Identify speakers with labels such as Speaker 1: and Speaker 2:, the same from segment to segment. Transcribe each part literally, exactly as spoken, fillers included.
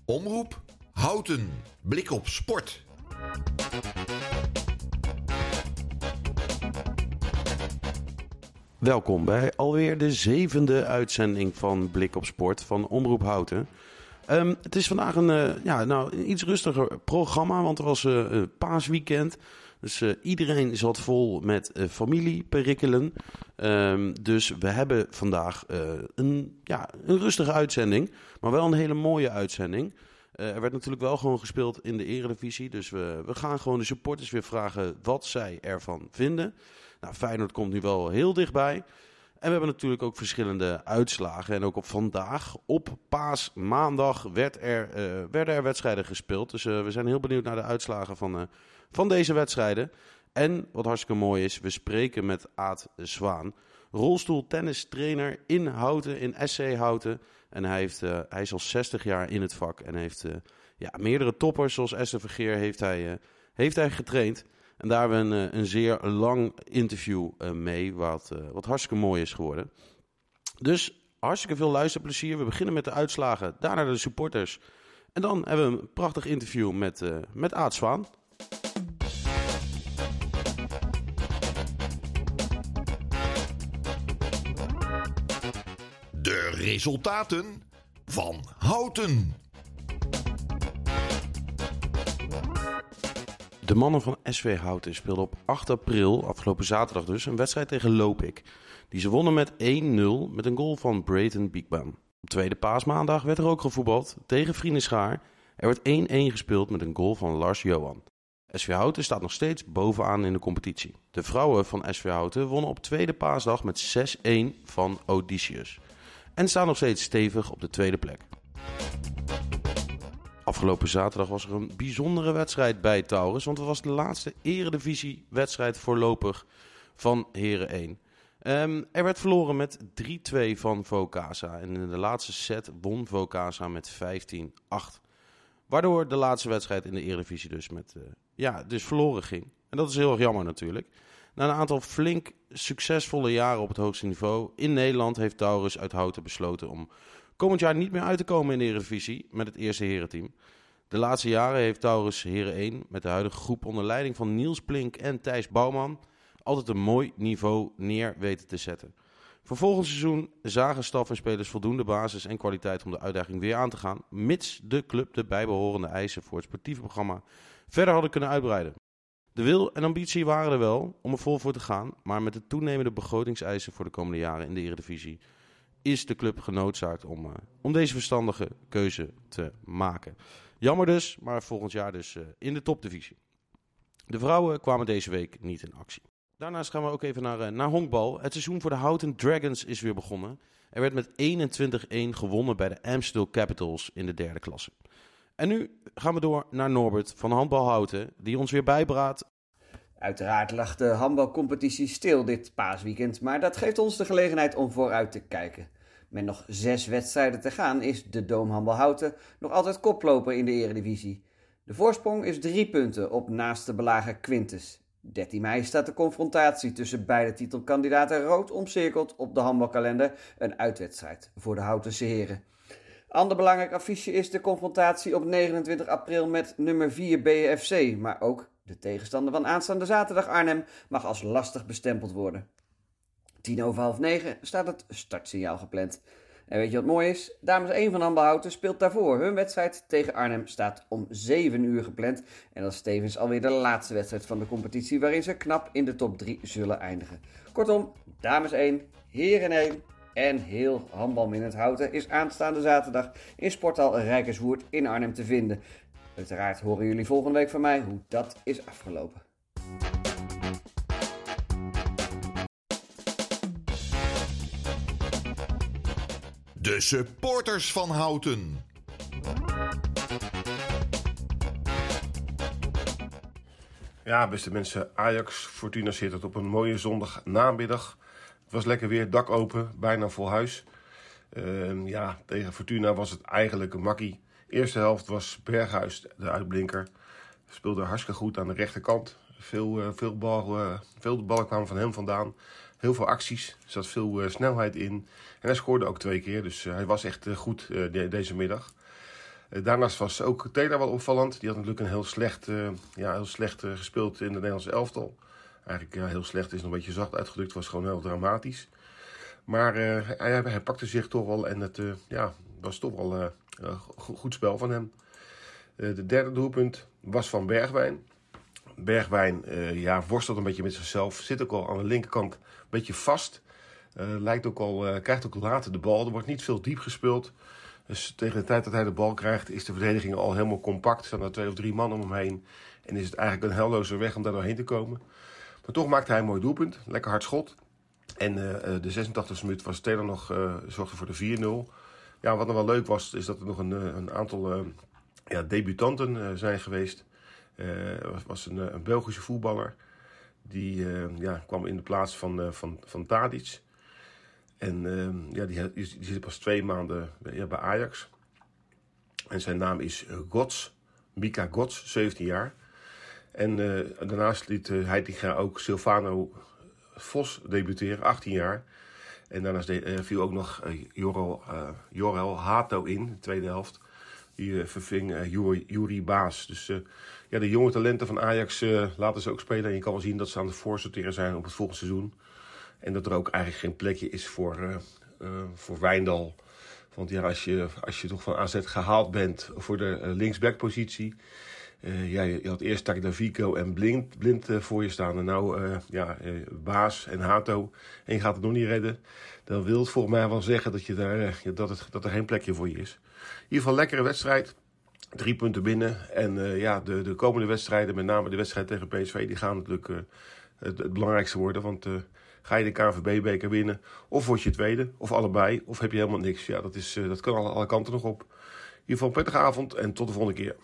Speaker 1: Omroep Houten. Blik op sport.
Speaker 2: Welkom bij alweer de zevende uitzending van Blik op Sport van Omroep Houten. Um, het is vandaag een, uh, ja, nou, een iets rustiger programma, want er was uh, uh, paasweekend. Dus uh, iedereen zat vol met uh, familieperikelen. Um, dus we hebben vandaag uh, een, ja, een rustige uitzending, maar wel een hele mooie uitzending. Uh, er werd natuurlijk wel gewoon gespeeld in de Eredivisie. Dus we, we gaan gewoon de supporters weer vragen wat zij ervan vinden. Nou, Feyenoord komt nu wel heel dichtbij. En we hebben natuurlijk ook verschillende uitslagen. En ook op vandaag, op paasmaandag, werd er, uh, werden er wedstrijden gespeeld. Dus uh, we zijn heel benieuwd naar de uitslagen van, uh, van deze wedstrijden. En wat hartstikke mooi is, we spreken met Aad Zwaan. Rolstoeltennistrainer in Houten, in S C Houten. En hij, heeft, uh, hij is al zestig jaar in het vak. En heeft uh, ja, meerdere toppers zoals Esther Vergeer heeft hij, uh, heeft hij getraind. En daar hebben we een, een zeer lang interview uh, mee, wat, uh, wat hartstikke mooi is geworden. Dus hartstikke veel luisterplezier. We beginnen met de uitslagen, daarna de supporters. En dan hebben we een prachtig interview met, uh, met Aad Zwaan.
Speaker 1: De resultaten van Houten.
Speaker 2: De mannen van S V Houten speelden op acht april, afgelopen zaterdag dus, een wedstrijd tegen Lopik. Die ze wonnen met één nul met een goal van Brayton Biekman. Op tweede paasmaandag werd er ook gevoetbald tegen Vriendenschaar. Er werd één-één gespeeld met een goal van Lars Johan. S V Houten staat nog steeds bovenaan in de competitie. De vrouwen van S V Houten wonnen op tweede paasdag met zes-één van Odysseus. En staan nog steeds stevig op de tweede plek. Afgelopen zaterdag was er een bijzondere wedstrijd bij Taurus, want het was de laatste Eredivisie-wedstrijd voorlopig van Heren één. Um, er werd verloren met drie-twee van Vocasa en in de laatste set won Vocasa met vijftien acht. Waardoor de laatste wedstrijd in de Eredivisie dus, met, uh, ja, dus verloren ging. En dat is heel erg jammer natuurlijk. Na een aantal flink succesvolle jaren op het hoogste niveau in Nederland heeft Taurus uit Houten besloten om komend jaar niet meer uit te komen in de Eredivisie met het eerste herenteam. De laatste jaren heeft Taurus Heren één met de huidige groep onder leiding van Niels Plink en Thijs Bouwman altijd een mooi niveau neer weten te zetten. Voor volgend seizoen zagen staf en spelers voldoende basis en kwaliteit om de uitdaging weer aan te gaan, mits de club de bijbehorende eisen voor het sportieve programma verder hadden kunnen uitbreiden. De wil en ambitie waren er wel om er vol voor te gaan, maar met de toenemende begrotingseisen voor de komende jaren in de Eredivisie is de club genoodzaakt om, uh, om deze verstandige keuze te maken. Jammer dus, maar volgend jaar dus uh, in de topdivisie. De vrouwen kwamen deze week niet in actie. Daarnaast gaan we ook even naar, uh, naar honkbal. Het seizoen voor de Houten Dragons is weer begonnen. Er werd met eenentwintig-één gewonnen bij de Amstel Capitals in de derde klasse. En nu gaan we door naar Norbert van Handbal Houten, die ons weer bijpraat.
Speaker 3: Uiteraard lag de handbalcompetitie stil dit paasweekend, maar dat geeft ons de gelegenheid om vooruit te kijken. Met nog zes wedstrijden te gaan is de Doom Handbal Houten nog altijd koploper in de Eredivisie. De voorsprong is drie punten op naaste belager Quintus. dertien mei staat de confrontatie tussen beide titelkandidaten rood omcirkeld op de handbalkalender, een uitwedstrijd voor de Houtense heren. Ander belangrijk affiche is de confrontatie op negenentwintig april met nummer vier B F C, maar ook de tegenstander van aanstaande zaterdag Arnhem mag als lastig bestempeld worden. Tien over half negen staat het startsignaal gepland. En weet je wat mooi is? Dames één van Handbal Houten speelt daarvoor. Hun wedstrijd tegen Arnhem staat om zeven uur gepland. En dat is tevens alweer de laatste wedstrijd van de competitie waarin ze knap in de top drie zullen eindigen. Kortom, dames één, heren één en heel Handbal in het Houten is aanstaande zaterdag in Sporthal Rijkerswoerd in Arnhem te vinden. Uiteraard horen jullie volgende week van mij hoe dat is afgelopen.
Speaker 1: De supporters van Houten.
Speaker 4: Ja, beste mensen, Ajax Fortuna zit het op een mooie zondagnamiddag. Het was lekker weer, dak open, bijna vol huis. Uh, ja, tegen Fortuna was het eigenlijk een makkie. Eerste helft was Berghuis de uitblinker. Speelde hartstikke goed aan de rechterkant. Veel, uh, veel, bal, uh, veel de ballen kwamen van hem vandaan. Heel veel acties. Er zat veel uh, snelheid in. En hij scoorde ook twee keer. Dus uh, hij was echt uh, goed uh, de, deze middag. Uh, daarnaast was ook Taylor wel opvallend. Die had natuurlijk een heel slecht, uh, ja, heel slecht uh, gespeeld in de Nederlandse elftal. Eigenlijk ja, heel slecht is nog een beetje zacht uitgedrukt. Was gewoon heel dramatisch. Maar uh, hij, hij pakte zich toch wel en het uh, ja, was toch wel uh, uh, goed, goed spel van hem. Uh, de derde doelpunt was van Bergwijn. Bergwijn uh, ja, worstelt een beetje met zichzelf. Zit ook al aan de linkerkant een beetje vast. Uh, lijkt ook al, uh, krijgt ook later de bal. Er wordt niet veel diep gespeeld. Dus tegen de tijd dat hij de bal krijgt is de verdediging al helemaal compact. Er staan er twee of drie man om hem heen. En is het eigenlijk een helloze weg om daar doorheen te komen. Maar toch maakte hij een mooi doelpunt. Lekker hard schot. En uh, de zesentachtigste minuut was Taylor nog, uh, zorgde voor de vier nul. Ja, wat nog wel leuk was, is dat er nog een, een aantal uh, ja, debutanten uh, zijn geweest. Het uh, was, was een, een Belgische voetballer. Die uh, ja, kwam in de plaats van, uh, van, van Tadic. En uh, ja, die, die zit pas twee maanden ja, bij Ajax. En zijn naam is Gots. Mika Gots, zeventien jaar. En uh, daarnaast liet uh, Heitinga ook Silvano Vos debuteren, achttien jaar. En daarnaast de, uh, viel ook nog uh, Jorel, uh, Jorel Hato in, de tweede helft. Die uh, verving uh, Juri, Juri Baas. Dus uh, ja, de jonge talenten van Ajax uh, laten ze ook spelen. En je kan wel zien dat ze aan het voorsorteren zijn op het volgende seizoen. En dat er ook eigenlijk geen plekje is voor, uh, uh, voor Wijndal. Want ja, als je, als je toch van A Z gehaald bent voor de uh, linksbackpositie. Uh, ja, je had eerst Tagliafico en Blind, blind uh, voor je staan. En nou uh, ja, uh, Baas en Hato. En je gaat het nog niet redden. Dan wil het volgens mij wel zeggen dat, je daar, uh, dat, het, dat er geen plekje voor je is. In ieder geval lekkere wedstrijd. Drie punten binnen. En uh, ja, de, de komende wedstrijden, met name de wedstrijd tegen P S V, die gaan natuurlijk uh, het, het belangrijkste worden. Want uh, ga je de K N V B-beker winnen, of word je tweede, of allebei, of heb je helemaal niks. Ja, dat, is, uh, dat kan alle, alle kanten nog op. In ieder geval een prettige avond en tot de volgende keer.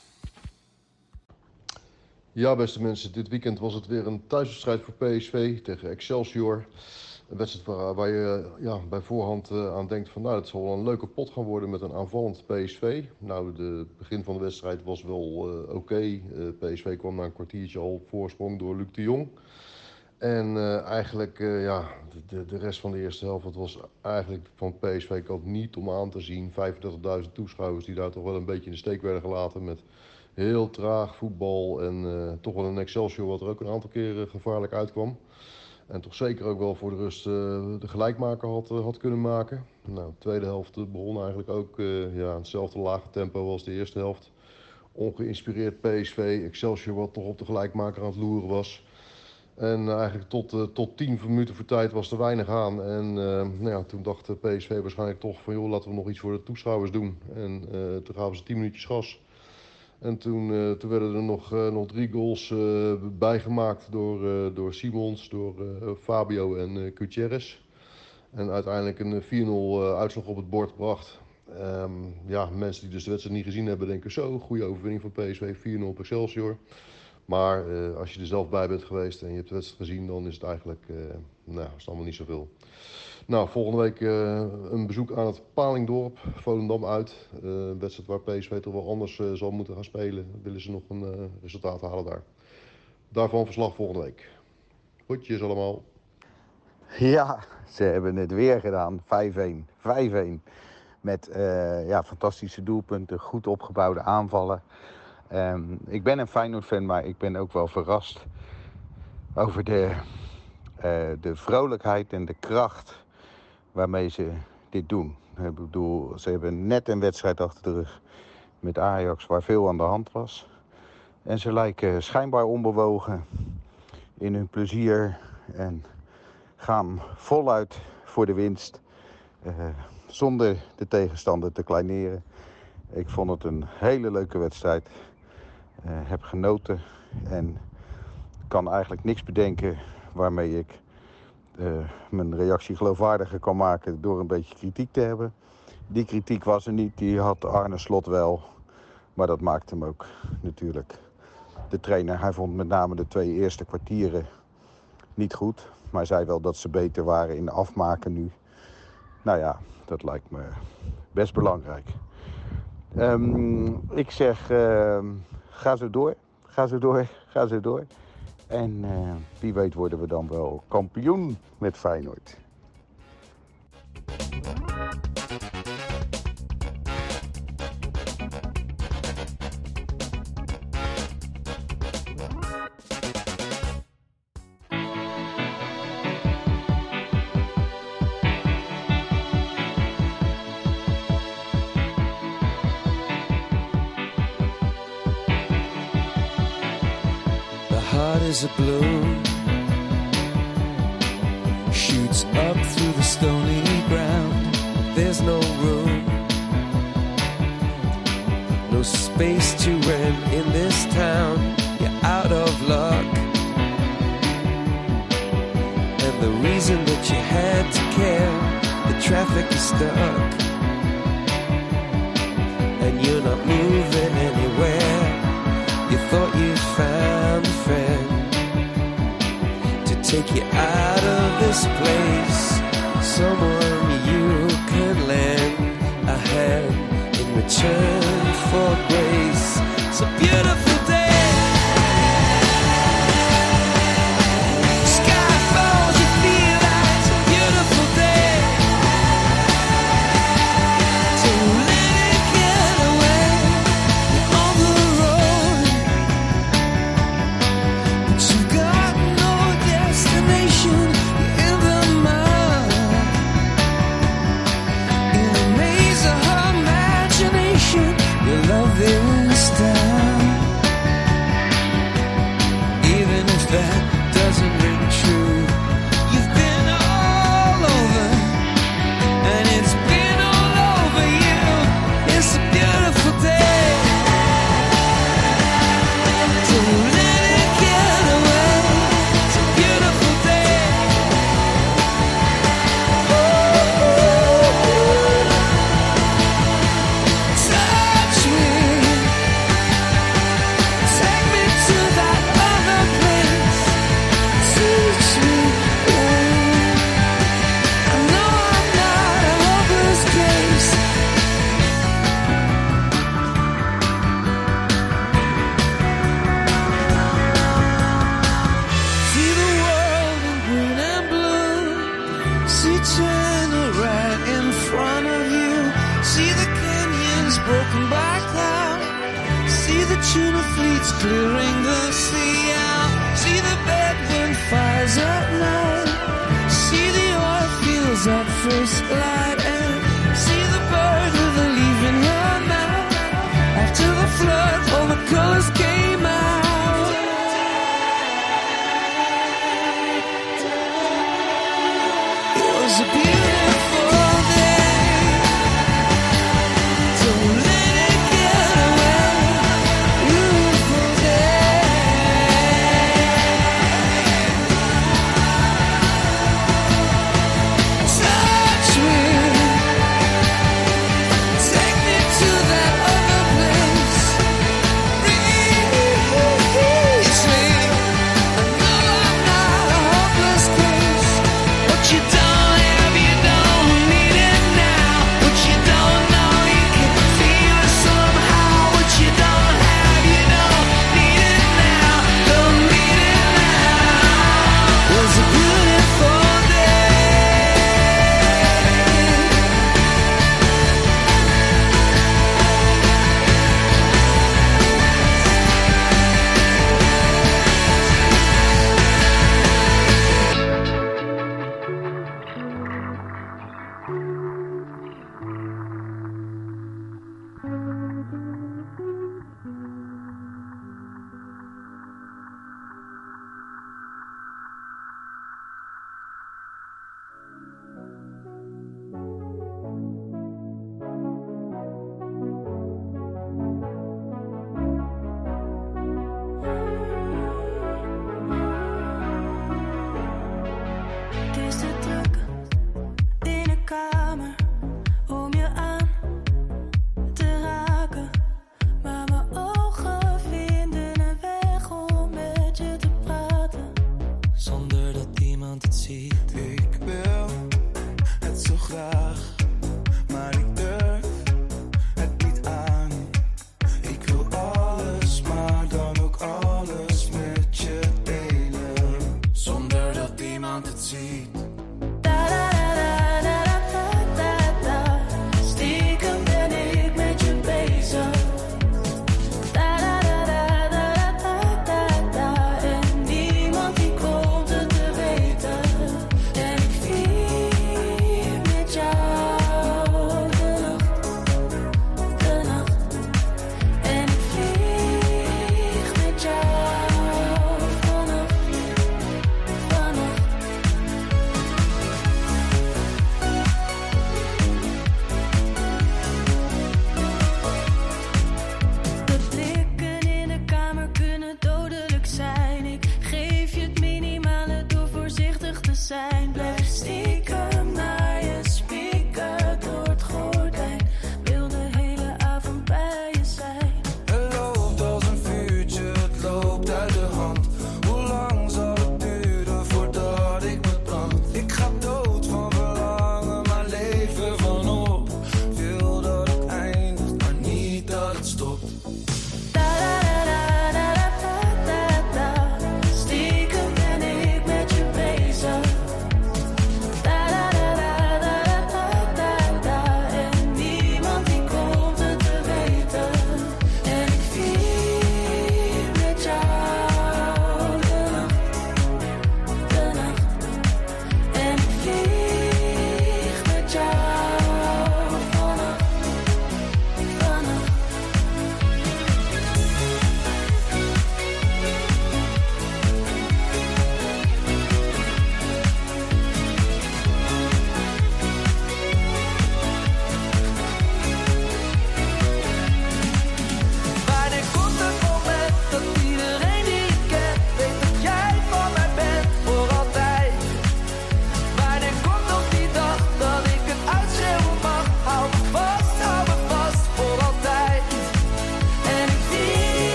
Speaker 5: Ja, beste mensen, dit weekend was het weer een thuiswedstrijd voor P S V tegen Excelsior. Een wedstrijd waar, waar je ja, bij voorhand uh, aan denkt van nou, het zal wel een leuke pot gaan worden met een aanvallend P S V. Nou, het begin van de wedstrijd was wel uh, oké. Okay. Uh, P S V kwam na een kwartiertje al op voorsprong door Luc de Jong. En uh, eigenlijk, uh, ja, de, de rest van de eerste helft, het was eigenlijk van P S V-kant niet om aan te zien. vijfendertigduizend toeschouwers die daar toch wel een beetje in de steek werden gelaten met heel traag voetbal. En uh, toch wel een Excelsior wat er ook een aantal keren gevaarlijk uitkwam. En toch zeker ook wel voor de rust uh, de gelijkmaker had, uh, had kunnen maken. Nou, de tweede helft begon eigenlijk ook uh, ja, hetzelfde lage tempo als de eerste helft. Ongeïnspireerd P S V, Excelsior wat toch op de gelijkmaker aan het loeren was. En uh, eigenlijk tot, uh, tot tien minuten voor tijd was er weinig aan. En uh, nou ja, toen dacht de P S V waarschijnlijk toch van joh, laten we nog iets voor de toeschouwers doen. En uh, toen gaven ze tien minuutjes gas. En toen, uh, toen werden er nog, uh, nog drie goals uh, bijgemaakt door, uh, door Simons, door uh, Fabio en uh, Gutierrez. En uiteindelijk een vier nul uh, uitslag op het bord bracht. Um, ja, mensen die dus de wedstrijd niet gezien hebben denken zo, goede overwinning van P S V, vier nul op Excelsior. Maar uh, als je er zelf bij bent geweest en je hebt de wedstrijd gezien, dan is het eigenlijk uh, nou, is het allemaal niet zoveel. Nou, volgende week uh, een bezoek aan het Palingdorp, Volendam uit. Uh, een wedstrijd waar P S V toch wel anders uh, zal moeten gaan spelen. Willen ze nog een uh, resultaat halen daar. Daarvan verslag volgende week. Goedjes allemaal.
Speaker 6: Ja, ze hebben het weer gedaan. vijf-een. vijf-een. Met uh, ja, fantastische doelpunten, goed opgebouwde aanvallen. Um, ik ben een Feyenoord-fan, maar ik ben ook wel verrast over de, uh, de vrolijkheid en de kracht waarmee ze dit doen. Ik bedoel, ze hebben net een wedstrijd achter de rug met Ajax waar veel aan de hand was. En ze lijken schijnbaar onbewogen in hun plezier en gaan voluit voor de winst. Uh, zonder de tegenstander te kleineren. Ik vond het een hele leuke wedstrijd. Uh, heb genoten en kan eigenlijk niks bedenken waarmee ik uh, mijn reactie geloofwaardiger kan maken door een beetje kritiek te hebben. Die kritiek was er niet, die had Arne Slot wel. Maar dat maakte hem ook natuurlijk. De trainer, hij vond met name de twee eerste kwartieren niet goed. Maar zei wel dat ze beter waren in afmaken nu. Nou ja, dat lijkt me best belangrijk. Um, ik zeg, uh, ga zo door, ga zo door, ga zo door. En uh, wie weet worden we dan wel kampioen met Feyenoord.
Speaker 7: is a bloom, shoots up through the stony ground. There's no room, no space to rent in this town. You're out of luck, and the reason that you had to care, the traffic is stuck, and you're not moving anywhere. You thought you'd found a friend to take you out of this place, someone you could lend a hand in return for grace. It's a beautiful day. Sky falls, you feel like it's a beautiful day. Don't let it get away. You're on the road, but you've got no destination. You're in the mud, in a maze of imagination. Your love is down, even if that doesn't ring true. You've been all over, and it's been all over you. It's a beautiful day. Don't let it get away. It's a beautiful day. Touch me, take me to that other place. Teach me, I know I'm not a hopeless case. See the world in green and blue. See China right in front of you. See the canyons broken by cloud. See the tuna fleets clearing the sea out. See the bedroom fires at night. See the oil fields at first light. And see the bird with a leaf in her mouth. After the flood, all the colors came out. It was a beautiful day. Don't let it get away. Beautiful day. Touch me,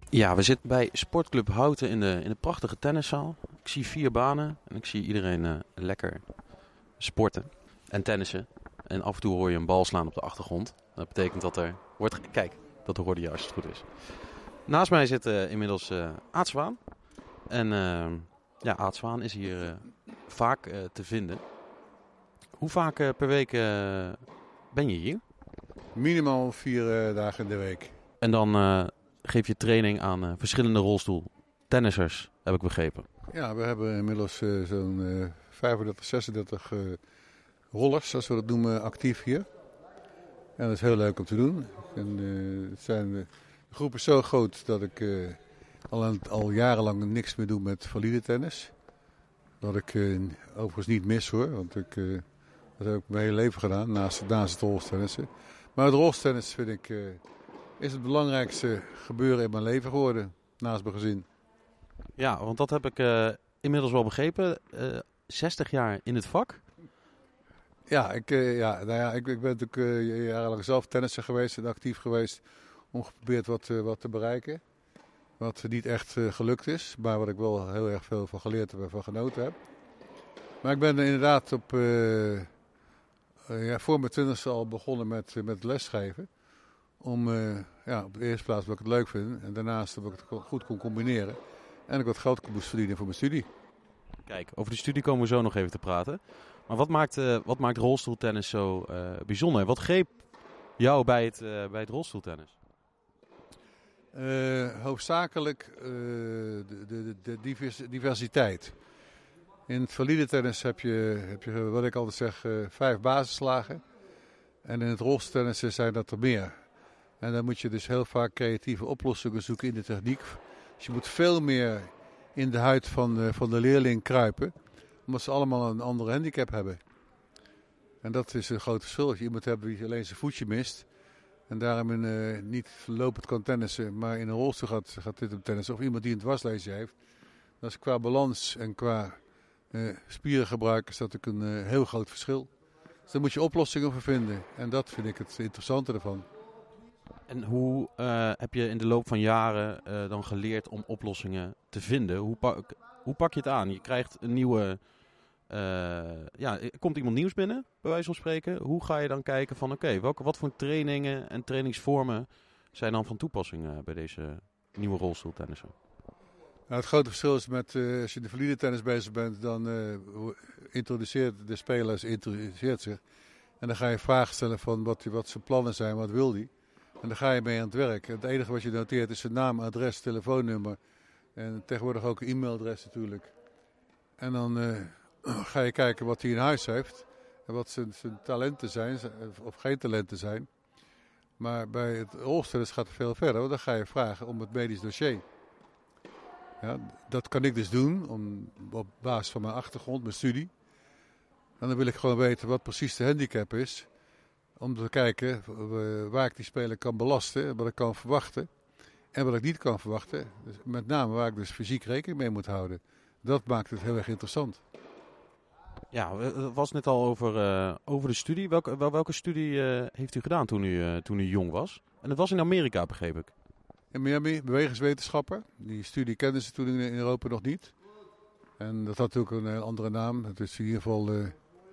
Speaker 2: Ja, we zitten bij Sportclub Houten in de, in de prachtige tenniszaal. Ik zie vier banen en ik zie iedereen uh, lekker sporten en tennissen. En af en toe hoor je een bal slaan op de achtergrond. Dat betekent dat er wordt... Ge- Kijk, dat hoorde je als het goed is. Naast mij zit uh, inmiddels uh, Aad Zwaan. En uh, ja, Aad Zwaan is hier uh, vaak uh, te vinden. Hoe vaak uh, per week uh, ben je hier?
Speaker 8: Minimaal vier uh, dagen in de week.
Speaker 2: En dan uh, geef je training aan uh, verschillende rolstoeltennissers, heb ik begrepen.
Speaker 8: Ja, we hebben inmiddels uh, zo'n uh, vijfendertig, zesendertig uh, rollers, zoals we dat noemen, actief hier. En dat is heel leuk om te doen. En, uh, het zijn, uh, de groep is zo groot dat ik uh, al, aan, al jarenlang niks meer doe met valide tennis. Dat ik uh, overigens niet mis hoor, want ik, uh, dat heb ik mijn hele leven gedaan, naast, naast het rolstennissen. Maar het rolstennis vind ik, uh, is het belangrijkste gebeuren in mijn leven geworden, naast mijn gezin.
Speaker 2: Ja, want dat heb ik uh, inmiddels wel begrepen. Uh, zestig jaar in het vak.
Speaker 8: Ja, ik, uh, ja, nou ja, ik, ik ben natuurlijk uh, jarenlang zelf tennisser geweest en actief geweest om geprobeerd wat, uh, wat te bereiken. Wat niet echt uh, gelukt is, maar wat ik wel heel erg veel van geleerd heb en van genoten heb. Maar ik ben inderdaad op, uh, uh, ja, voor mijn twintigste al begonnen met, uh, met lesgeven. Om uh, ja, op de eerste plaats wat ik het leuk vind en daarnaast dat ik het goed kon combineren. En ik wat geld moest verdienen voor mijn studie.
Speaker 2: Kijk, over de studie komen we zo nog even te praten. Maar wat maakt, uh, wat maakt rolstoeltennis zo uh, bijzonder? Wat greep jou bij het, uh, bij het rolstoeltennis?
Speaker 8: Uh, hoofdzakelijk uh, de, de, de divers, diversiteit. In het valide tennis heb je, heb je, wat ik altijd zeg, uh, vijf basislagen. En in het rolstoeltennis zijn dat er meer. En dan moet je dus heel vaak creatieve oplossingen zoeken in de techniek. Dus je moet veel meer in de huid van de, van de leerling kruipen. Omdat ze allemaal een andere handicap hebben. En dat is een groot verschil. Als je iemand hebt die alleen zijn voetje mist. En daarom in, uh, niet lopend kan tennissen, maar in een rolstoel gaat, gaat dit op tennissen. Of iemand die een dwarslesie heeft. Dat is qua balans en qua uh, spierengebruik is dat ook een uh, heel groot verschil. Dus daar moet je oplossingen voor vinden. En dat vind ik het interessante ervan.
Speaker 2: En hoe uh, heb je in de loop van jaren uh, dan geleerd om oplossingen te vinden? Hoe pak, hoe pak je het aan? Je krijgt een nieuwe... Uh, ja, er komt iemand nieuws binnen, bij wijze van spreken. Hoe ga je dan kijken van oké, okay, welke wat voor trainingen en trainingsvormen zijn dan van toepassing uh, bij deze nieuwe rolstoeltennissen?
Speaker 8: Nou, het grote verschil is met uh, als je de valide tennis bezig bent, dan uh, introduceert de speler introduceert zich. En dan ga je vragen stellen van wat, wat zijn plannen zijn, wat wil hij. En dan ga je mee aan het werk. En het enige wat je noteert is zijn naam, adres, telefoonnummer. En tegenwoordig ook een e-mailadres natuurlijk. En dan uh, ga je kijken wat hij in huis heeft. En wat zijn, zijn talenten zijn, of geen talenten zijn. Maar bij het rolstennis gaat het veel verder. Want dan ga je vragen om het medisch dossier. Ja, dat kan ik dus doen om, op basis van mijn achtergrond, mijn studie. En dan wil ik gewoon weten wat precies de handicap is. Om te kijken waar ik die speler kan belasten, wat ik kan verwachten. En wat ik niet kan verwachten. Dus met name waar ik dus fysiek rekening mee moet houden. Dat maakt het heel erg interessant.
Speaker 2: Ja, het was net al over, uh, over de studie. Welke, wel, welke studie uh, heeft u gedaan toen u, uh, toen u jong was? En dat was in Amerika, begreep ik.
Speaker 8: In Miami, bewegingswetenschapper. Die studie kenden ze toen in Europa nog niet. En dat had ook een heel andere naam. Het is in ieder geval uh,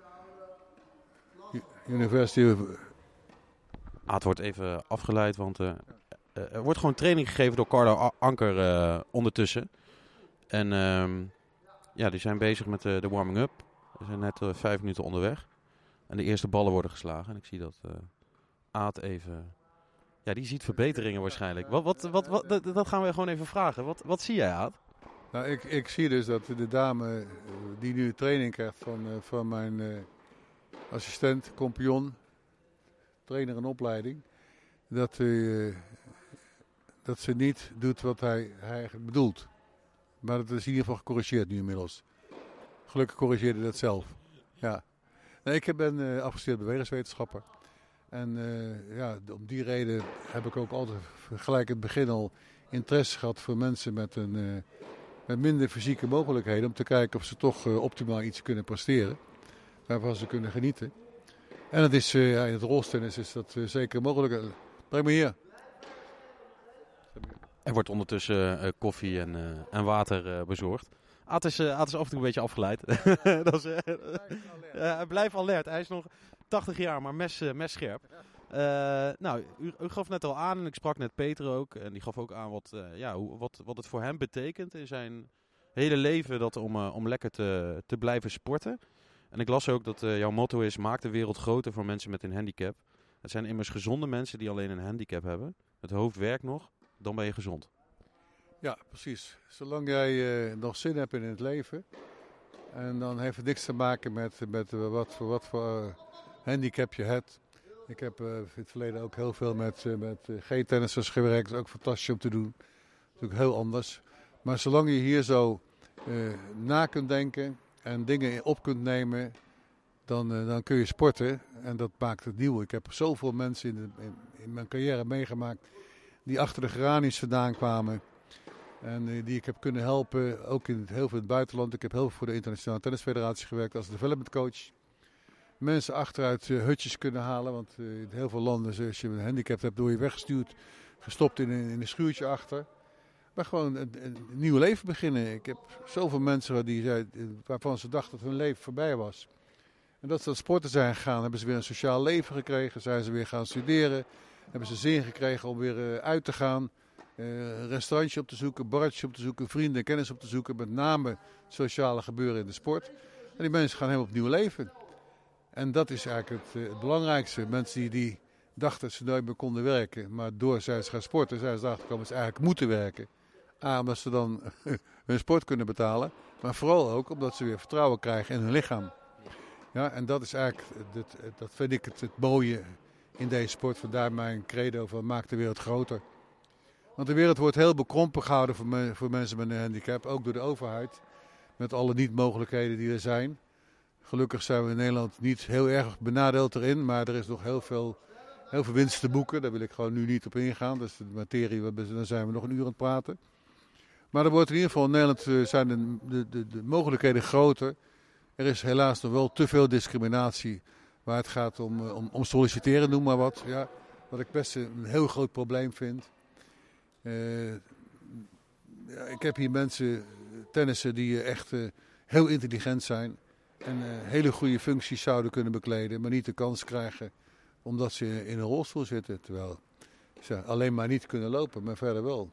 Speaker 8: University of...
Speaker 2: Ah, het wordt even afgeleid, want uh, uh, er wordt gewoon training gegeven door Carlo Anker uh, ondertussen. En uh, ja, die zijn bezig met uh, de warming-up. We zijn net uh, vijf minuten onderweg. En de eerste ballen worden geslagen. En ik zie dat uh, Aad even... Ja, die ziet verbeteringen waarschijnlijk. Wat, wat, wat, wat, dat, dat gaan we gewoon even vragen. Wat, wat zie jij, Aad?
Speaker 8: Nou, ik, ik zie dus dat de dame uh, die nu training krijgt van, uh, van mijn uh, assistent, compagnon, trainer en opleiding, dat, uh, dat ze niet doet wat hij, hij eigenlijk bedoelt. Maar dat is in ieder geval gecorrigeerd nu inmiddels. Gelukkig corrigeerde dat zelf. Ja. Nee, ik ben uh, afgestudeerd bewegingswetenschapper. En uh, ja, om die reden heb ik ook altijd gelijk in het begin al interesse gehad voor mensen met, een, uh, met minder fysieke mogelijkheden. Om te kijken of ze toch uh, optimaal iets kunnen presteren. Waarvan ze kunnen genieten. En dat is, uh, ja, in het rolstennis is dat uh, zeker mogelijk. Breng me hier.
Speaker 2: Er wordt ondertussen uh, koffie en, uh, en water uh, bezorgd. Aad is, uh, Aad is af en toe een beetje afgeleid. dat is, uh, uh, hij blijft alert. Hij is nog tachtig jaar, maar mes, uh, mes scherp. Uh, nou, u, u gaf net al aan en ik sprak net Peter ook. En die gaf ook aan wat, uh, ja, hoe, wat, wat het voor hem betekent in zijn hele leven dat om, uh, om lekker te, te blijven sporten. En ik las ook dat uh, jouw motto is: maak de wereld groter voor mensen met een handicap. Het zijn immers gezonde mensen die alleen een handicap hebben. Het hoofd werkt nog, dan ben je gezond.
Speaker 8: Ja, precies. Zolang jij uh, nog zin hebt in het leven. En dan heeft het niks te maken met, met uh, wat voor, wat voor uh, handicap je hebt. Ik heb uh, in het verleden ook heel veel met, uh, met uh, G-tennissers gewerkt. Dat is ook fantastisch om te doen. Dat is natuurlijk heel anders. Maar zolang je hier zo uh, na kunt denken en dingen op kunt nemen, dan, uh, dan kun je sporten. En dat maakt het nieuw. Ik heb zoveel mensen in, de, in, in mijn carrière meegemaakt die achter de geraniums vandaan kwamen. En uh, die ik heb kunnen helpen, ook in het, heel veel in het buitenland. Ik heb heel veel voor de Internationale Tennisfederatie gewerkt als development coach. Mensen achteruit uh, hutjes kunnen halen, want uh, in heel veel landen, als je een handicap hebt, word je weggestuurd, gestopt in een, in een schuurtje achter. Maar gewoon een, een nieuw leven beginnen. Ik heb zoveel mensen die zei, waarvan ze dachten dat hun leven voorbij was. En dat ze aan sporten zijn gegaan, hebben ze weer een sociaal leven gekregen, zijn ze weer gaan studeren, hebben ze zin gekregen om weer uh, uit te gaan. Uh, een restaurantje op te zoeken, barretje op te zoeken, vrienden en kennis op te zoeken. Met name het sociale gebeuren in de sport. En die mensen gaan helemaal opnieuw leven. En dat is eigenlijk het, uh, het belangrijkste. Mensen die, die dachten dat ze nooit meer konden werken. Maar door zij ze gaan sporten, zijn ze erachter gekomen dat ze eigenlijk moeten werken. A, omdat ze dan hun sport kunnen betalen. Maar vooral ook omdat ze weer vertrouwen krijgen in hun lichaam. Ja, en dat is eigenlijk, dat, dat vind ik het, het mooie in deze sport. Vandaar mijn credo van maak de wereld groter. Want de wereld wordt heel bekrompen gehouden voor, me, voor mensen met een handicap. Ook door de overheid. Met alle niet-mogelijkheden die er zijn. Gelukkig zijn we in Nederland niet heel erg benadeeld erin. Maar er is nog heel veel, heel veel winst te boeken. Daar wil ik gewoon nu niet op ingaan. Dat is de materie, daar zijn we nog een uur aan het praten. Maar er wordt in ieder geval in Nederland zijn de, de, de, de mogelijkheden groter. Er is helaas nog wel te veel discriminatie. Waar het gaat om, om, om solliciteren, noem maar wat. Ja, wat ik best een heel groot probleem vind. Uh, ja, ik heb hier mensen, tennissen, die echt uh, heel intelligent zijn. En uh, hele goede functies zouden kunnen bekleden, maar niet de kans krijgen omdat ze in een rolstoel zitten. Terwijl ze alleen maar niet kunnen lopen, maar verder wel.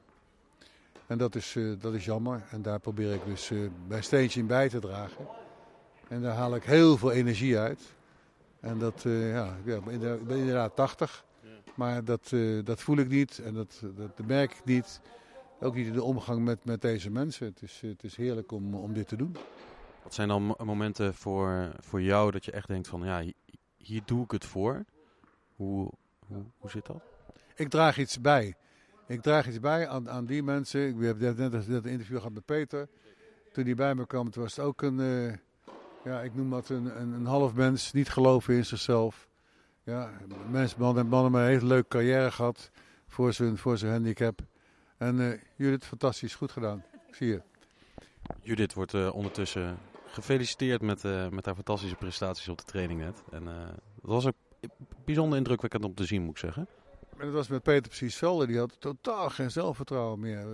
Speaker 8: En dat is, uh, dat is jammer. En daar probeer ik dus uh, mijn steentje in bij te dragen. En daar haal ik heel veel energie uit. En dat, uh, ja, ik ben inderdaad tachtig. Maar dat, uh, dat voel ik niet en dat, dat, dat merk ik niet. Ook niet in de omgang met, met deze mensen. Het is, het is heerlijk om, om dit te doen.
Speaker 2: Wat zijn dan momenten voor, voor jou dat je echt denkt van ja, hier, hier doe ik het voor? Hoe, hoe, hoe zit dat?
Speaker 8: Ik draag iets bij. Ik draag iets bij aan, aan die mensen. Ik heb net, net een interview gehad met Peter. Toen hij bij me kwam, toen was het ook een, uh, ja, ik noem dat een, een, een half mens. Niet geloven in zichzelf. Ja, mensen, man en mannen met een hele leuke carrière gehad voor zijn, voor zijn handicap. En uh, Judith, fantastisch, goed gedaan. Zie je.
Speaker 2: Judith wordt uh, ondertussen gefeliciteerd met, uh, met haar fantastische prestaties op de training net. En uh, dat was ook bijzonder indrukwekkend om te zien, moet ik zeggen.
Speaker 8: En dat was met Peter precies hetzelfde. Die had totaal geen zelfvertrouwen meer.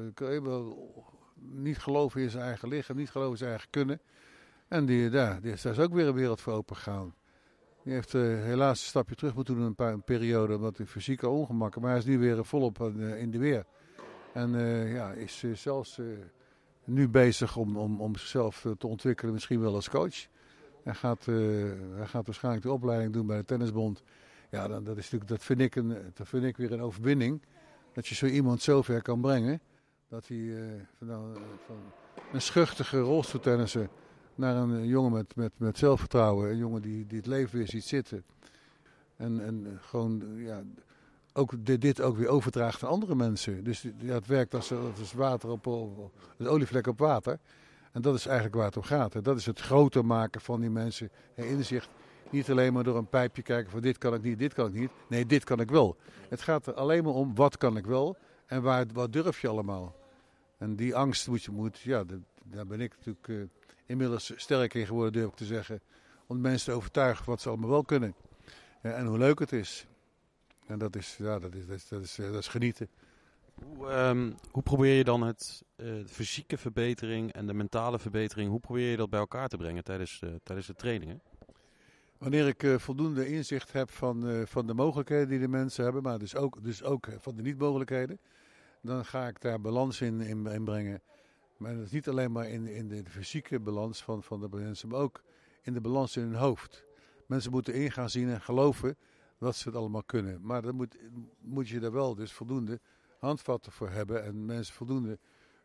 Speaker 8: Niet geloven in zijn eigen lichaam, niet geloven in zijn eigen kunnen. En die, ja, die is, daar is ook weer een wereld voor open gegaan. Die heeft uh, helaas een stapje terug moeten doen in een, paar, een periode, omdat hij fysiek al ongemakken. Maar hij is nu weer volop uh, in de weer. En uh, ja, is uh, zelfs uh, nu bezig om, om, om zichzelf uh, te ontwikkelen, misschien wel als coach. Hij gaat, uh, hij gaat waarschijnlijk de opleiding doen bij de Tennisbond. Ja, dan, dat, is natuurlijk, dat, vind ik een, dat vind ik weer een overwinning. Dat je zo iemand zo ver kan brengen. Dat hij uh, van, nou, van een schuchtige rolstoeltennisser naar een jongen met, met, met zelfvertrouwen. Een jongen die, die het leven weer ziet zitten. En, en gewoon ja, ook dit, dit ook weer overdraagt aan andere mensen. Dus ja, het werkt als, als water op, op, als olievlek op water. En dat is eigenlijk waar het om gaat. Hè. Dat is het groter maken van die mensen. Hè, inzicht. Niet alleen maar door een pijpje kijken van dit kan ik niet, dit kan ik niet. Nee, dit kan ik wel. Het gaat er alleen maar om wat kan ik wel en waar, wat durf je allemaal. En die angst moet je, moet, ja, daar ben ik natuurlijk uh, inmiddels sterk in geworden, durf ik te zeggen. Om mensen te overtuigen wat ze allemaal wel kunnen. Ja, en hoe leuk het is. En dat is, ja, dat is, dat is, dat is, dat is genieten.
Speaker 2: Hoe, um, hoe probeer je dan het uh, fysieke verbetering en de mentale verbetering, hoe probeer je dat bij elkaar te brengen tijdens, uh, tijdens de trainingen?
Speaker 8: Wanneer ik uh, voldoende inzicht heb van, uh, van de mogelijkheden die de mensen hebben, maar dus ook, dus ook van de niet-mogelijkheden, dan ga ik daar balans in, in, in brengen. Maar dat is niet alleen maar in, in de, de fysieke balans van, van de mensen, maar ook in de balans in hun hoofd. Mensen moeten in gaan zien en geloven dat ze het allemaal kunnen. Maar dan moet, moet je er wel dus voldoende handvatten voor hebben en mensen voldoende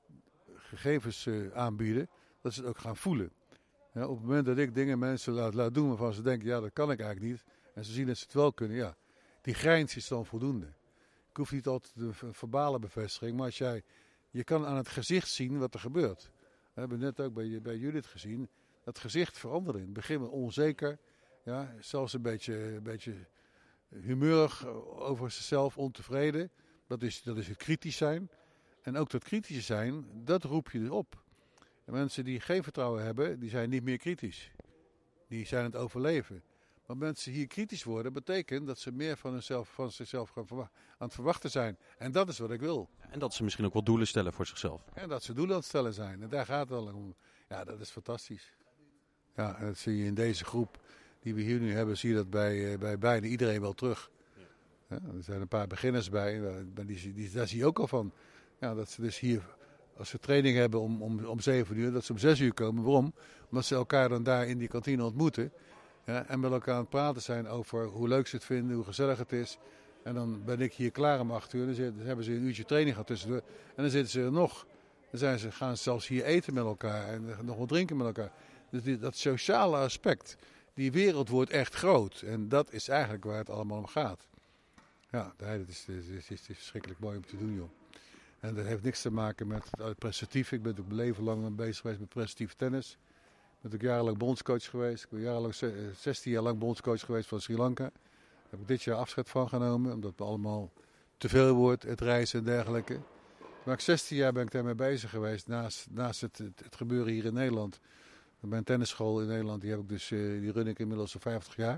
Speaker 8: gegevens uh, aanbieden, dat ze het ook gaan voelen. Ja, op het moment dat ik dingen mensen laat, laat doen waarvan ze denken, ja, dat kan ik eigenlijk niet, en ze zien dat ze het wel kunnen, ja, die grijns is dan voldoende. Ik hoef niet altijd de verbale bevestiging, maar als jij, je kan aan het gezicht zien wat er gebeurt. We hebben net ook bij, bij Judith gezien, dat gezicht veranderde. In het begin was onzeker, ja, zelfs een beetje, een beetje humeurig over zichzelf, ontevreden. Dat is, dat is het kritisch zijn. En ook dat kritische zijn, dat roep je dus op. En mensen die geen vertrouwen hebben, die zijn niet meer kritisch. Die zijn het overleven. Maar mensen hier kritisch worden, betekent dat ze meer van, hunzelf, van zichzelf gaan verwa- aan het verwachten zijn. En dat is wat ik wil.
Speaker 2: En dat ze misschien ook wel doelen stellen voor zichzelf.
Speaker 8: En dat ze doelen aan het stellen zijn. En daar gaat het al om. Ja, dat is fantastisch. Ja, en dat zie je in deze groep die we hier nu hebben, zie je dat bij, bij bijna iedereen wel terug. Ja, er zijn een paar beginners bij, maar die, die, daar zie je ook al van. Ja, dat ze dus hier, als ze training hebben om, om, om zeven uur, dat ze om zes uur komen. Waarom? Omdat ze elkaar dan daar in die kantine ontmoeten. Ja, en met elkaar aan het praten zijn over hoe leuk ze het vinden, hoe gezellig het is. En dan ben ik hier klaar om acht uur. Dan, zitten, dan hebben ze een uurtje training gehad tussendoor. En dan zitten ze er nog. Dan zijn ze, gaan ze zelfs hier eten met elkaar en nog wat drinken met elkaar. Dus die, dat sociale aspect, die wereld wordt echt groot. En dat is eigenlijk waar het allemaal om gaat. Ja, dat is, is, is, is verschrikkelijk mooi om te doen, joh. En dat heeft niks te maken met het prestatief. Ik ben ook mijn leven lang bezig geweest met prestatief tennis. Ik ben ook jarenlang bondscoach geweest. Ik ben jarenlang, zestien jaar lang bondscoach geweest van Sri Lanka. Daar heb ik dit jaar afscheid van genomen, omdat het allemaal te veel wordt, het reizen en dergelijke. Maar ik zestien jaar ben ik daarmee bezig geweest, naast, naast het, het, het gebeuren hier in Nederland. Mijn tennisschool in Nederland, die heb ik dus, die run ik inmiddels al vijftig jaar.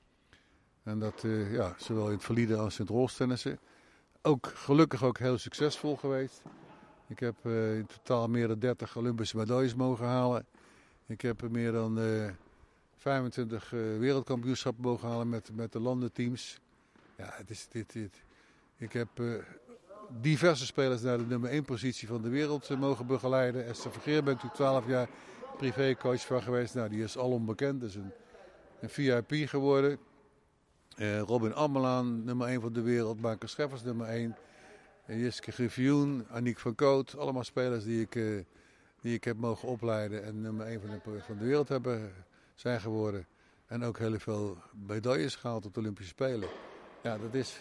Speaker 8: En dat, uh, ja, zowel in het valide als in het rolstennissen. Ook gelukkig ook heel succesvol geweest. Ik heb uh, in totaal meer dan dertig Olympische medailles mogen halen. Ik heb meer dan uh, vijfentwintig uh, wereldkampioenschappen mogen halen met, met de landenteams. Ja, het is dit, dit. Ik heb uh, diverse spelers naar de nummer één positie van de wereld uh, mogen begeleiden. Esther Vergeer ben ik toen twaalf jaar privécoach van geweest. Nou, die is alom bekend. Dat is een, een V I P geworden. Uh, Robin Ammelaan, nummer één van de wereld. Marcus Scheffers, nummer één. Uh, Jiske Griffioen, Aniek van Koot. Allemaal spelers die ik, uh, die ik heb mogen opleiden. En nummer één van de, van de wereld hebben, zijn geworden. En ook heel veel medailles gehaald op de Olympische Spelen. Ja, dat is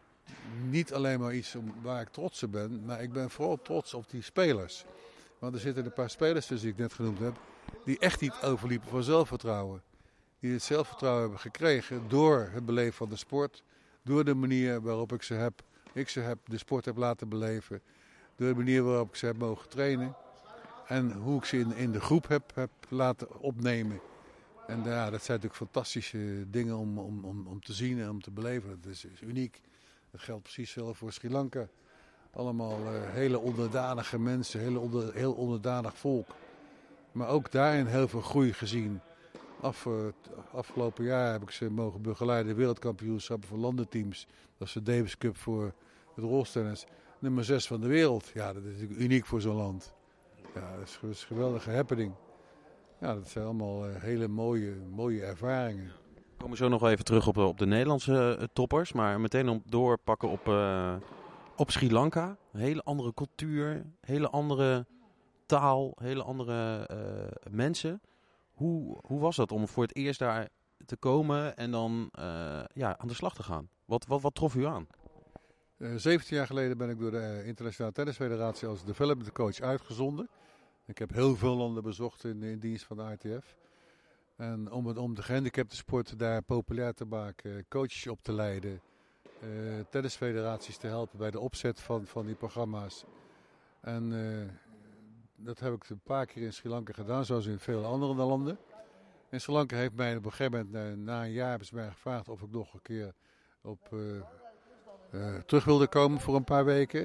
Speaker 8: niet alleen maar iets om, waar ik trots op ben. Maar ik ben vooral trots op die spelers. Want er zitten een paar spelers tussen die ik net genoemd heb. Die echt niet overliepen van zelfvertrouwen. Die het zelfvertrouwen hebben gekregen door het beleven van de sport. Door de manier waarop ik ze heb, ik ze heb de sport heb laten beleven. Door de manier waarop ik ze heb mogen trainen. En hoe ik ze in, in de groep heb, heb laten opnemen. En ja, dat zijn natuurlijk fantastische dingen om, om, om, om te zien en om te beleven. Dat is, is uniek. Dat geldt precies zelf voor Sri Lanka. Allemaal uh, hele onderdanige mensen, hele onder, heel onderdanig volk. Maar ook daarin heel veel groei gezien. Af, uh, afgelopen jaar heb ik ze mogen begeleiden, wereldkampioenschappen voor landenteams. Dat is de Davis Cup voor het rolstennis. Nummer zes van de wereld. Ja, dat is natuurlijk uniek voor zo'n land. Ja, dat is, dat is een geweldige happening. Ja, dat zijn allemaal uh, hele mooie, mooie ervaringen.
Speaker 2: We komen zo nog wel even terug op, op de Nederlandse uh, toppers. Maar meteen om doorpakken op, uh, op Sri Lanka. Een hele andere cultuur, hele andere taal, hele andere uh, mensen. Hoe, hoe was dat om voor het eerst daar te komen en dan uh, ja, aan de slag te gaan? Wat, wat, wat trof u aan?
Speaker 8: Uh, zeventien jaar geleden ben ik door de uh, Internationale Tennisfederatie als development coach uitgezonden. Ik heb heel veel landen bezocht in, in dienst van de I T F. En om, het, om de gehandicapte sport daar populair te maken, coaches op te leiden, uh, tennisfederaties te helpen bij de opzet van, van die programma's. En uh, dat heb ik een paar keer in Sri Lanka gedaan, zoals in veel andere landen. In Sri Lanka heeft mij op een gegeven moment, na een jaar, hebben ze mij gevraagd of ik nog een keer op, uh, uh, terug wilde komen voor een paar weken.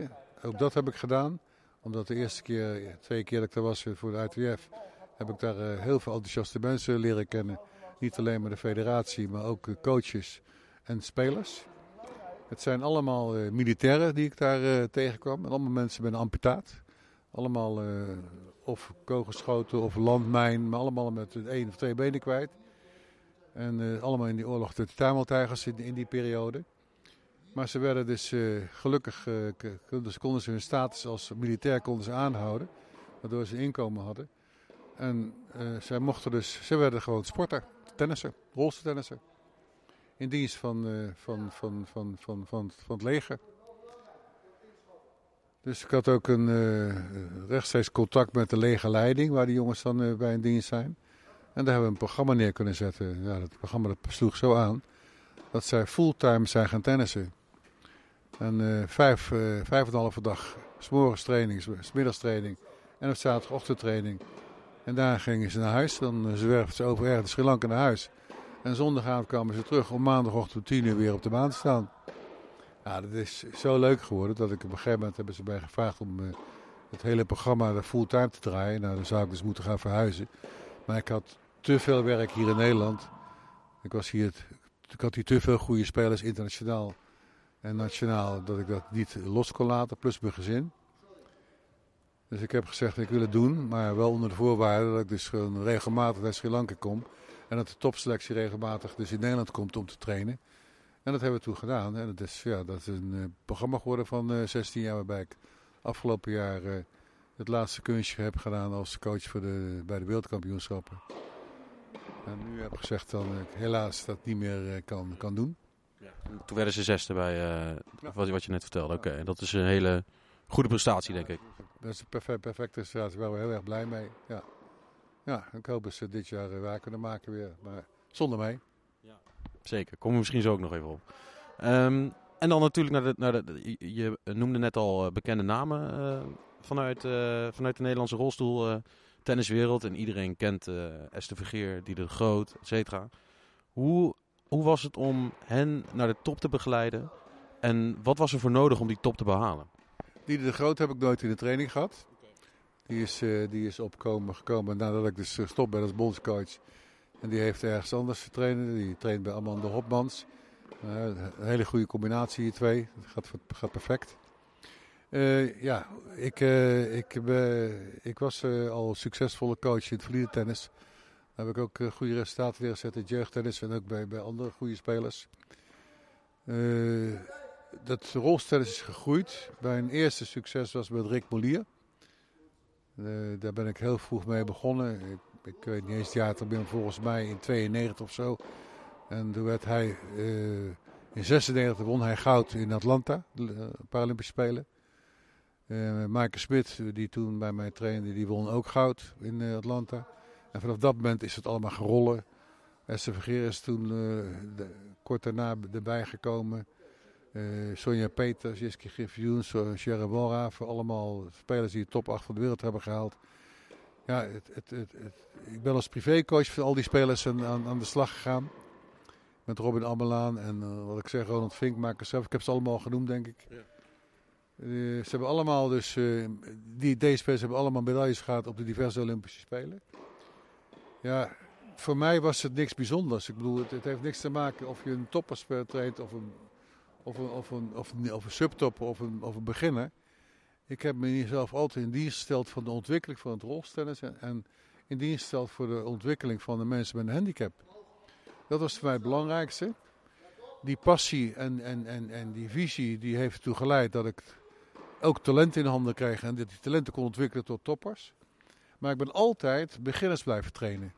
Speaker 8: ook dat heb ik gedaan. Omdat de eerste keer, twee keer dat ik daar was voor de I T F, heb ik daar uh, heel veel enthousiaste mensen leren kennen. Niet alleen maar de federatie, maar ook uh, coaches en spelers. Het zijn allemaal uh, militairen die ik daar uh, tegenkwam. En allemaal mensen met een amputaat. Allemaal uh, of kogelgeschoten of landmijn, maar allemaal met één of twee benen kwijt. En uh, allemaal in die oorlog de Tameltijgers in, in die periode. Maar ze werden dus uh, gelukkig, uh, konden, konden ze hun status als militair konden ze aanhouden. Waardoor ze inkomen hadden. En uh, zij mochten dus, ze werden gewoon sporter, tennisser, rolstoeltennisser. In dienst van, uh, van, van, van, van, van, van het leger. Dus ik had ook een uh, rechtstreeks contact met de legerleiding, waar die jongens dan uh, bij in dienst zijn. En daar hebben we een programma neer kunnen zetten. Ja, dat programma dat sloeg zo aan dat zij fulltime zijn gaan tennissen. En uh, vijf, uh, vijf en een halve dag, 's morgens training, 's middags training en op zaterdagochtend training. En daar gingen ze naar huis. Dan uh, zwerfden ze over ergens Sri Lanka naar huis. En zondagavond kwamen ze terug om maandagochtend om tien uur weer op de baan te staan. Ja, dat is zo leuk geworden dat ik op een gegeven moment hebben ze mij gevraagd om uh, het hele programma fulltime te draaien. Nou, dan zou ik dus moeten gaan verhuizen. Maar ik had te veel werk hier in Nederland. Ik was hier, ik had hier te veel goede spelers, internationaal en nationaal, dat ik dat niet los kon laten, plus mijn gezin. Dus ik heb gezegd, ik wil het doen, maar wel onder de voorwaarde dat ik dus gewoon regelmatig naar Sri Lanka kom. En dat de topselectie regelmatig dus in Nederland komt om te trainen. En dat hebben we toen gedaan. En dat is, ja, dat is een uh, programma geworden van uh, zestien jaar, waarbij ik afgelopen jaar uh, het laatste kunstje heb gedaan als coach voor de, bij de wereldkampioenschappen. En nu heb ik gezegd dat ik helaas dat niet meer uh, kan, kan doen.
Speaker 2: Ja. Toen werden ze zesde bij uh, ja. wat, wat je net vertelde. Oké, okay. Dat is een hele goede prestatie, denk ik.
Speaker 8: Dat is een perfect, perfecte prestatie, daar waren we heel erg blij mee. Ja, ja ik hoop dat ze dit jaar uh, waar kunnen maken weer, maar zonder mij.
Speaker 2: Ja. Zeker, komen we misschien zo ook nog even op. Um, en dan natuurlijk, naar de, naar de, je noemde net al uh, bekende namen uh, vanuit, uh, vanuit de Nederlandse rolstoel uh, tenniswereld. En iedereen kent uh, Esther Vergeer, Dieder de Groot, et cetera. Hoe, hoe was het om hen naar de top te begeleiden? En wat was er voor nodig om die top te behalen?
Speaker 8: Dieder de Groot heb ik nooit in de training gehad. Die is, uh, die is opkomen gekomen nadat ik dus stop ben als bondscoach. En die heeft ergens anders getraind. Die traint bij Amanda Hopmans. Uh, een hele goede combinatie, die twee. Dat gaat, gaat perfect. Uh, ja, ik, uh, ik, uh, ik was uh, al succesvolle coach in het valide tennis. Daar heb ik ook uh, goede resultaten neergezet in het jeugdtennis en ook bij, bij andere goede spelers. Uh, dat rolstennis is gegroeid. Mijn eerste succes was met Rick Molier. Uh, daar ben ik heel vroeg mee begonnen. Ik, ik weet niet eens het jaar, ben volgens mij in tweeënnegentig of zo. En toen werd hij, uh, in zesennegentig won hij goud in Atlanta, de uh, Paralympische Spelen. Uh, Maaike Smit, die toen bij mij trainde, die won ook goud in uh, Atlanta. En vanaf dat moment is het allemaal gerollen. Esther Vergeer is toen uh, de, kort daarna erbij gekomen. Uh, Sonja Peters, Jiske Griffioens, Sherry Bora, voor allemaal spelers die de top acht van de wereld hebben gehaald. Ja, het, het, het, het, ik ben als privécoach van al die spelers aan, aan, aan de slag gegaan. Met Robin Ammelaan en uh, wat ik zeg, Ronald Vinkmaker zelf. Ik heb ze allemaal genoemd, denk ik. Ja. Uh, ze hebben allemaal dus, uh, die, deze spelers hebben allemaal medailles gehad op de diverse Olympische Spelen. Ja, voor mij was het niks bijzonders. Ik bedoel, het, het heeft niks te maken of je een topperspeler traint of een, of een, of een, of een, of een subtopper of een, of een beginner. Ik heb mezelf altijd in dienst gesteld van de ontwikkeling van het rolstennis en, en in dienst gesteld voor de ontwikkeling van de mensen met een handicap. Dat was voor mij het belangrijkste. Die passie en, en, en, en die visie die heeft ertoe geleid dat ik ook talent in handen kreeg en dat die talenten kon ontwikkelen tot toppers. Maar ik ben altijd beginners blijven trainen.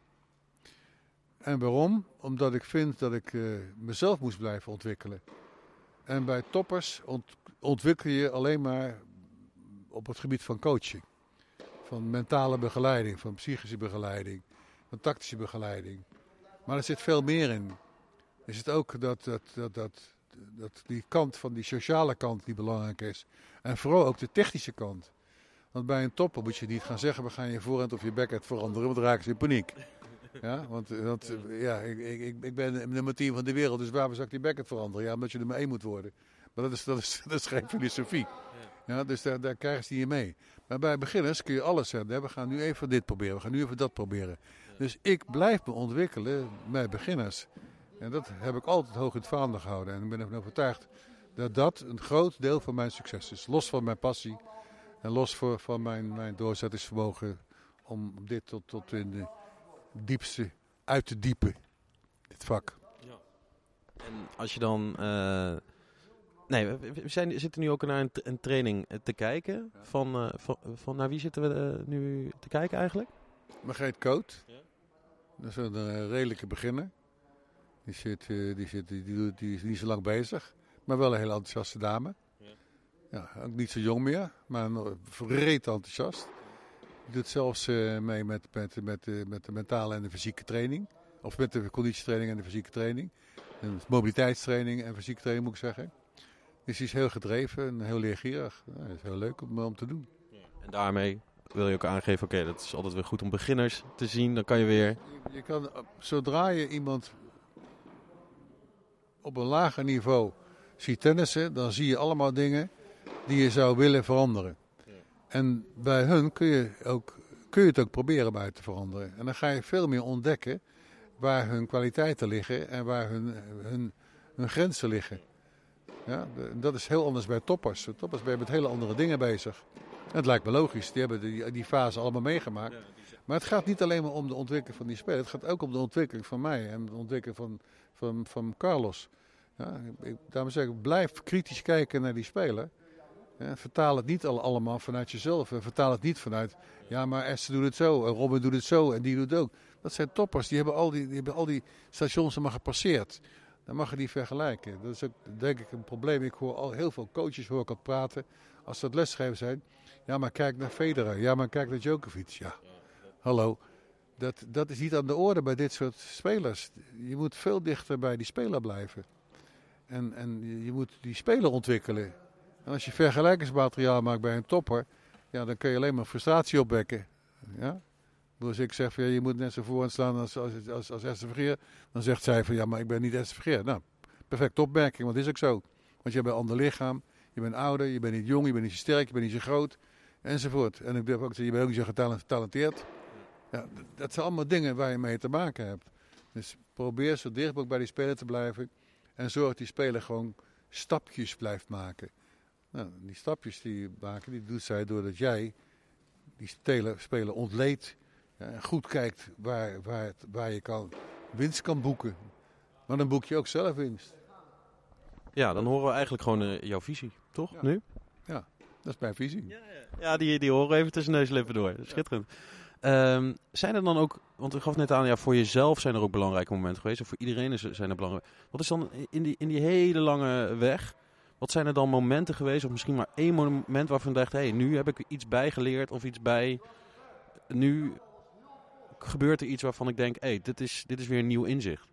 Speaker 8: En waarom? Omdat ik vind dat ik uh, mezelf moest blijven ontwikkelen. En bij toppers ont, ontwikkel je alleen maar op het gebied van coaching. Van mentale begeleiding, van psychische begeleiding, van tactische begeleiding. Maar er zit veel meer in. Er zit ook dat, dat, dat, dat, dat die kant van die sociale kant die belangrijk is. En vooral ook de technische kant. Want bij een topper moet je niet gaan zeggen, we gaan je voorhand of je backhand veranderen, want dan raken ze in paniek. Ja, want, want ja, ik, ik, ik ben nummer tien van de wereld, dus waarom zou ik die backhand veranderen? Ja, omdat je nummer één moet worden. Maar dat is, dat is, dat is geen filosofie. Ja, dus daar, daar krijgen ze niet mee. Maar bij beginners kun je alles zeggen. We gaan nu even dit proberen, we gaan nu even dat proberen. Dus ik blijf me ontwikkelen bij beginners. En dat heb ik altijd hoog in het vaandel gehouden. En ik ben ervan overtuigd dat dat een groot deel van mijn succes is. Los van mijn passie en los voor, van mijn, mijn doorzettingsvermogen om dit tot, tot in de diepste uit te diepen. Dit vak.
Speaker 2: Ja. En als je dan... Uh... Nee, we, we zijn, zitten nu ook naar een, een training te kijken. Ja. Van, uh, van, van naar wie zitten we uh, nu te kijken eigenlijk?
Speaker 8: Margreet Koot. Ja. Dat is een uh, redelijke beginner. Die, zit, uh, die, zit, die, die, die is niet zo lang bezig. Maar wel een hele enthousiaste dame. Ja. Ja, ook niet zo jong meer. Maar vreed enthousiast. Die doet zelfs uh, mee met, met, met, uh, met de mentale en de fysieke training. Of met de conditietraining en de fysieke training. En mobiliteitstraining en fysieke training moet ik zeggen. Dus die is heel gedreven en heel leergierig. Ja, dat is heel leuk om, om te doen.
Speaker 2: Ja. En daarmee wil je ook aangeven, oké, okay, dat is altijd weer goed om beginners te zien. Dan kan je weer...
Speaker 8: Je, je kan, zodra je iemand op een lager niveau ziet tennissen, dan zie je allemaal dingen die je zou willen veranderen. Ja. En bij hun kun je, ook, kun je het ook proberen bij te veranderen. En dan ga je veel meer ontdekken waar hun kwaliteiten liggen en waar hun, hun, hun grenzen liggen. Ja, dat is heel anders bij toppers. Toppers ben je met hele andere dingen bezig. En het lijkt me logisch, die hebben die, die fase allemaal meegemaakt. Maar het gaat niet alleen maar om de ontwikkeling van die speler. Het gaat ook om de ontwikkeling van mij en de ontwikkeling van, van, van Carlos. Ja, ik, daarom zeg ik, blijf kritisch kijken naar die speler. Ja, vertaal het niet al, allemaal vanuit jezelf. En vertaal het niet vanuit, ja maar Esther doet het zo en Robin doet het zo en die doet het ook. Dat zijn toppers, die hebben al die, die, hebben al die stations allemaal gepasseerd. Dan mag je die vergelijken. Dat is ook denk ik een probleem. Ik hoor al heel veel coaches hoor ik al praten. Als ze het lesgeven zijn. Ja, maar kijk naar Federer. Ja, maar kijk naar Djokovic. Ja, hallo. Dat, dat is niet aan de orde bij dit soort spelers. Je moet veel dichter bij die speler blijven. En, en je moet die speler ontwikkelen. En als je vergelijkingsmateriaal maakt bij een topper. Ja, dan kun je alleen maar frustratie opwekken. Ja. Dus ik zeg van ja, je moet net zo voorhand slaan als, als, als, als Esther Vergeer. Dan zegt zij van ja, maar ik ben niet Esther Vergeer. Nou, perfecte opmerking, want dat is ook zo. Want je hebt een ander lichaam, je bent ouder, je bent niet jong, je bent niet zo sterk, je bent niet zo groot. Enzovoort. En ik durf ook te zeggen, je bent ook niet zo getalenteerd. Ja, dat zijn allemaal dingen waar je mee te maken hebt. Dus probeer zo dicht ook bij die speler te blijven. En zorg dat die speler gewoon stapjes blijft maken. Nou, die stapjes die je maken, die doet zij doordat jij die speler, speler ontleedt. Ja, en goed kijkt waar, waar, het, waar je kan, winst kan boeken. Maar dan boek je ook zelf winst.
Speaker 2: Ja, dan horen we eigenlijk gewoon uh, jouw visie, toch?
Speaker 8: Ja.
Speaker 2: Nu?
Speaker 8: Ja, dat is mijn visie.
Speaker 2: Ja, ja. ja die, die horen we even tussen neus en lippen door. Schitterend. Ja. Um, zijn er dan ook, want ik gaf net aan, ja, voor jezelf zijn er ook belangrijke momenten geweest. Of voor iedereen zijn er belangrijke. Wat is dan in die, in die hele lange weg, wat zijn er dan momenten geweest, of misschien maar één moment waarvan je dacht, hé, hey, nu heb ik iets bijgeleerd of iets bij, nu gebeurt er iets waarvan ik denk, hé, hey, dit is, dit is weer een nieuw inzicht?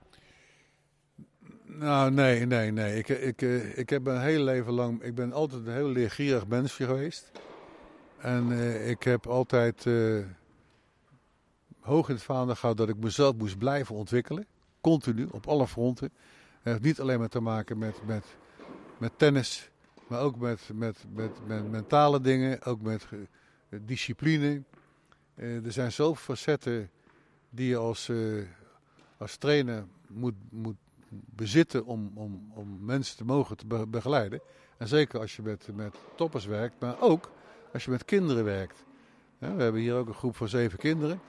Speaker 8: Nou, nee, nee, nee. Ik, ik, ik heb een heel leven lang, ik ben altijd een heel leergierig mensje geweest. En uh, ik heb altijd uh, hoog in het vaandel gehouden dat ik mezelf moest blijven ontwikkelen. Continu, op alle fronten. Het heeft niet alleen maar te maken met, met, met tennis, maar ook met, met, met, met mentale dingen, ook met uh, discipline. Uh, er zijn zoveel facetten die je als, uh, als trainer moet, moet bezitten om, om, om mensen te mogen te be- begeleiden. En zeker als je met, met toppers werkt, maar ook als je met kinderen werkt. Ja, we hebben hier ook een groep van zeven kinderen.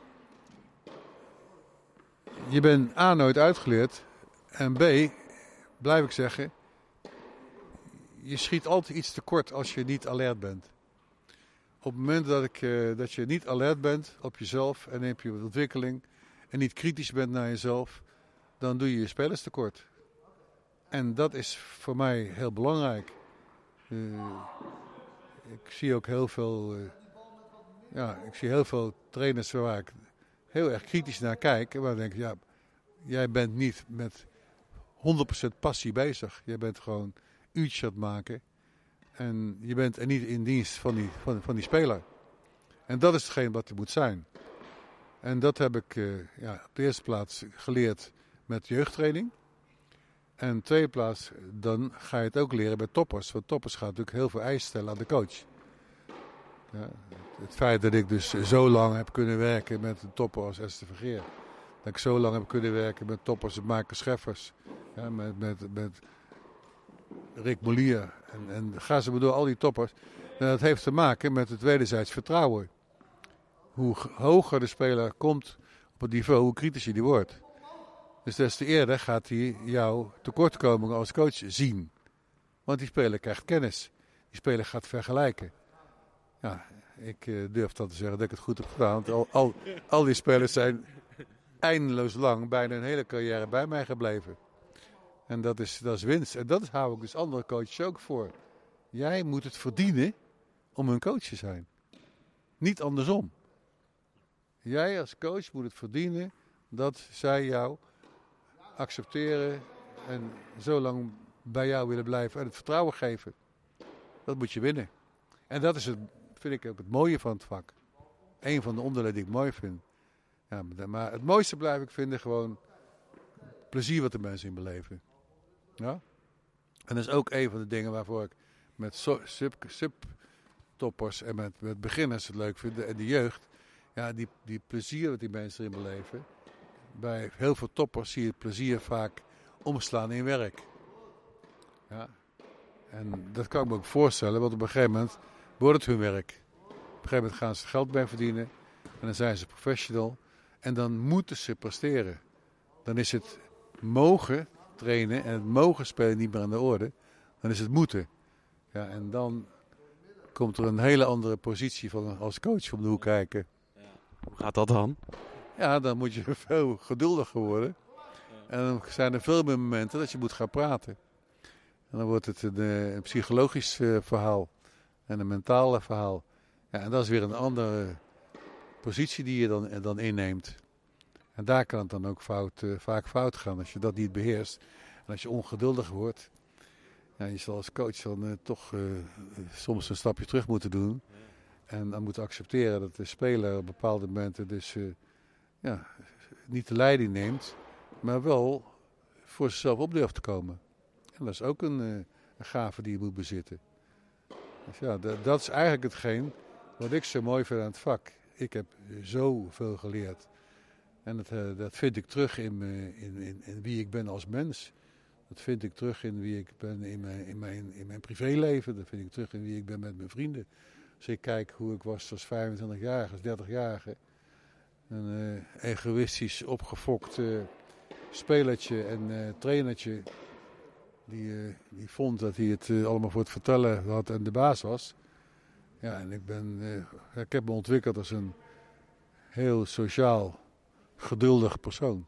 Speaker 8: Je bent A, nooit uitgeleerd. En B, blijf ik zeggen, je schiet altijd iets tekort als je niet alert bent. Op het moment dat, ik, uh, dat je niet alert bent op jezelf en op je ontwikkeling en niet kritisch bent naar jezelf, dan doe je je spelers tekort. En dat is voor mij heel belangrijk. Uh, ik zie ook heel veel, uh, ja, ik zie heel veel trainers waar ik heel erg kritisch naar kijk. En waar ik denk, ja, jij bent niet met honderd procent passie bezig. Jij bent gewoon uurtjes aan het maken. En je bent er niet in dienst van die, van, van die speler. En dat is hetgeen wat er moet zijn. En dat heb ik uh, ja, op de eerste plaats geleerd met jeugdtraining. En in tweede plaats, dan ga je het ook leren bij toppers. Want toppers gaan natuurlijk heel veel eisen stellen aan de coach. Ja, het feit dat ik dus zo lang heb kunnen werken met een topper als Esther Vergeer. Dat ik zo lang heb kunnen werken met toppers als Maaike Scheffers. Ja, met, met, met Rick Molier. En, en ga ze maar door, al die toppers. En dat heeft te maken met het wederzijds vertrouwen. Hoe hoger de speler komt op het niveau, hoe kritischer die wordt. Dus des te eerder gaat hij jouw tekortkomingen als coach zien. Want die speler krijgt kennis. Die speler gaat vergelijken. Ja, ik uh, durf dat te zeggen dat ik het goed heb gedaan. Want al, al, al die spelers zijn eindeloos lang, bijna een hele carrière bij mij gebleven. En dat is, dat is winst. En dat hou ik dus andere coaches ook voor. Jij moet het verdienen om een coach te zijn. Niet andersom. Jij als coach moet het verdienen dat zij jou accepteren en zo lang bij jou willen blijven en het vertrouwen geven. Dat moet je winnen. En dat is het, vind ik ook het mooie van het vak. Eén van de onderdelen die ik mooi vind. Ja, maar het mooiste blijf ik vinden gewoon plezier wat de mensen in beleven. Ja? En dat is ook een van de dingen waarvoor ik met sub-toppers sub en met, met beginners het leuk vind en de jeugd. Ja, die, die plezier wat die mensen erin beleven. Bij heel veel toppers zie je het plezier vaak omslaan in werk. Ja. En dat kan ik me ook voorstellen, want op een gegeven moment wordt het hun werk. Op een gegeven moment gaan ze er geld bij verdienen. En dan zijn ze professional. En dan moeten ze presteren. Dan is het mogen trainen en het mogen spelen niet meer aan de orde. Dan is het moeten. Ja, en dan komt er een hele andere positie van als coach om de hoek kijken.
Speaker 2: Hoe gaat dat dan?
Speaker 8: Ja, dan moet je veel geduldiger worden. En dan zijn er veel meer momenten dat je moet gaan praten. En dan wordt het een, een psychologisch uh, verhaal. En een mentaal verhaal. Ja, en dat is weer een andere positie die je dan, dan inneemt. En daar kan het dan ook fout, uh, vaak fout gaan als je dat niet beheerst. En als je ongeduldig wordt. Ja, je zal als coach dan uh, toch uh, soms een stapje terug moeten doen. En dan moet accepteren dat de speler op bepaalde momenten dus uh, ja, niet de leiding neemt. Maar wel voor zichzelf op durft te komen. En dat is ook een, uh, een gave die je moet bezitten. Dus ja, dat, dat is eigenlijk hetgeen wat ik zo mooi vind aan het vak. Ik heb zoveel geleerd. En dat, uh, dat vind ik terug in, uh, in, in, in wie ik ben als mens. Dat vind ik terug in wie ik ben in mijn, in mijn, in mijn privéleven. Dat vind ik terug in wie ik ben met mijn vrienden. Als ik kijk hoe ik was als vijfentwintigjarige, als dertigjarige. Een uh, egoïstisch opgefokt uh, spelertje en uh, trainertje. Die, uh, die vond dat hij het uh, allemaal voor het vertellen had en de baas was. Ja, en ik, ben, uh, ik heb me ontwikkeld als een heel sociaal, geduldig persoon.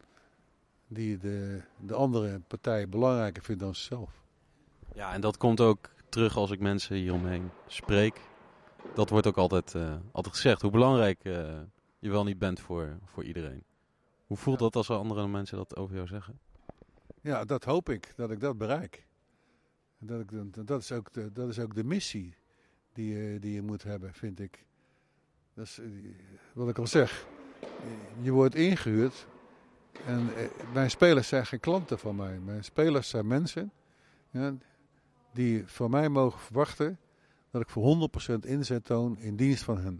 Speaker 8: Die de, de andere partij belangrijker vindt dan zichzelf.
Speaker 2: Ja, en dat komt ook terug als ik mensen hieromheen spreek. Dat wordt ook altijd, uh, altijd gezegd. Hoe belangrijk uh, je wel niet bent voor, voor iedereen. Hoe voelt ja. dat als andere mensen dat over jou zeggen?
Speaker 8: Ja, dat hoop ik. Dat ik dat bereik. Dat, ik, dat, is, ook de, dat is ook de missie die, die je moet hebben, vind ik. Dat is wat ik al zeg. Je wordt ingehuurd. En mijn spelers zijn geen klanten van mij. Mijn spelers zijn mensen ja, die van mij mogen verwachten dat ik voor honderd procent inzet toon in dienst van hen.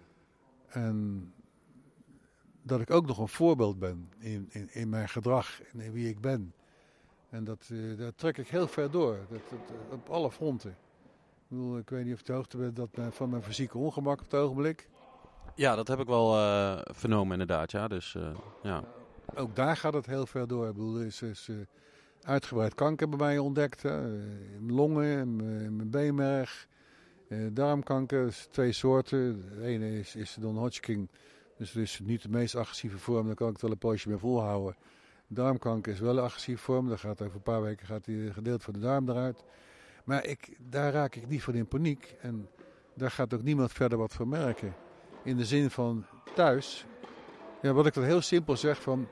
Speaker 8: En dat ik ook nog een voorbeeld ben in, in, in mijn gedrag en in wie ik ben. En dat, uh, dat trek ik heel ver door, dat, dat, op alle fronten. Ik bedoel, ik weet niet of je op de hoogte bent dat mijn, van mijn fysieke ongemak op het ogenblik.
Speaker 2: Ja, dat heb ik wel uh, vernomen inderdaad, ja. Dus, uh, ja.
Speaker 8: Ook daar gaat het heel ver door. Ik bedoel, er is, is uh, uitgebreid kanker bij mij ontdekt. Hè. In mijn longen, in mijn, in mijn beenmerg, uh, darmkanker. Dus twee soorten. De ene is, is de non-Hodgkin. Dus het is niet de meest agressieve vorm. Dan kan ik het wel een poosje mee volhouden. Darmkanker is wel een agressieve vorm. Dan gaat over een paar weken gaat die gedeelte van de darm eruit. Maar ik, daar raak ik niet van in paniek. En daar gaat ook niemand verder wat van merken. In de zin van thuis. Ja, wat ik dan heel simpel zeg van.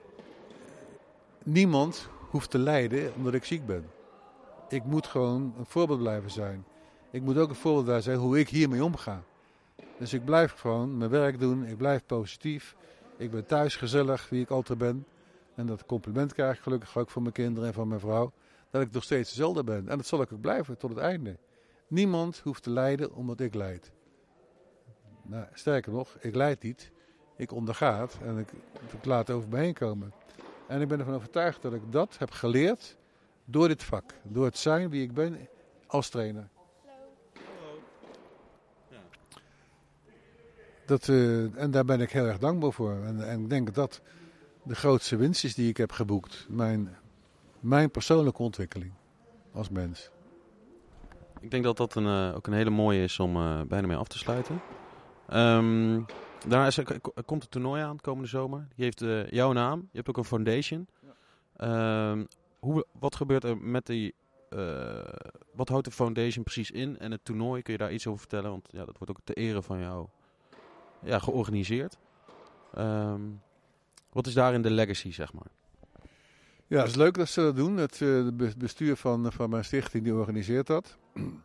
Speaker 8: Niemand hoeft te lijden omdat ik ziek ben. Ik moet gewoon een voorbeeld blijven zijn. Ik moet ook een voorbeeld blijven zijn hoe ik hiermee omga. Dus ik blijf gewoon mijn werk doen. Ik blijf positief. Ik ben thuis gezellig, wie ik altijd ben. En dat compliment krijg ik gelukkig ook van mijn kinderen en van mijn vrouw. Dat ik nog steeds dezelfde ben. En dat zal ik ook blijven tot het einde. Niemand hoeft te lijden omdat ik lijd. Nou, sterker nog, ik lijd niet. Ik onderga het en ik, ik laat het over me heen komen. En ik ben ervan overtuigd dat ik dat heb geleerd door dit vak. Door het zijn wie ik ben als trainer. Dat, uh, en daar ben ik heel erg dankbaar voor. En, en ik denk dat dat de grootste winst is die ik heb geboekt. Mijn, mijn persoonlijke ontwikkeling als mens.
Speaker 2: Ik denk dat dat een, uh, ook een hele mooie is om uh, bijna mee af te sluiten. Um, daarna is er, er komt het toernooi aan komende zomer. Die heeft uh, jouw naam. Je hebt ook een foundation. Ja. Um, hoe, wat gebeurt er met die... Uh, wat houdt de foundation precies in? En het toernooi, kun je daar iets over vertellen? Want ja, dat wordt ook ter ere van jou ja, georganiseerd. Um, wat is daarin de legacy, zeg maar?
Speaker 8: Ja, het is leuk dat ze dat doen. Het uh, bestuur van, van mijn stichting die organiseert dat.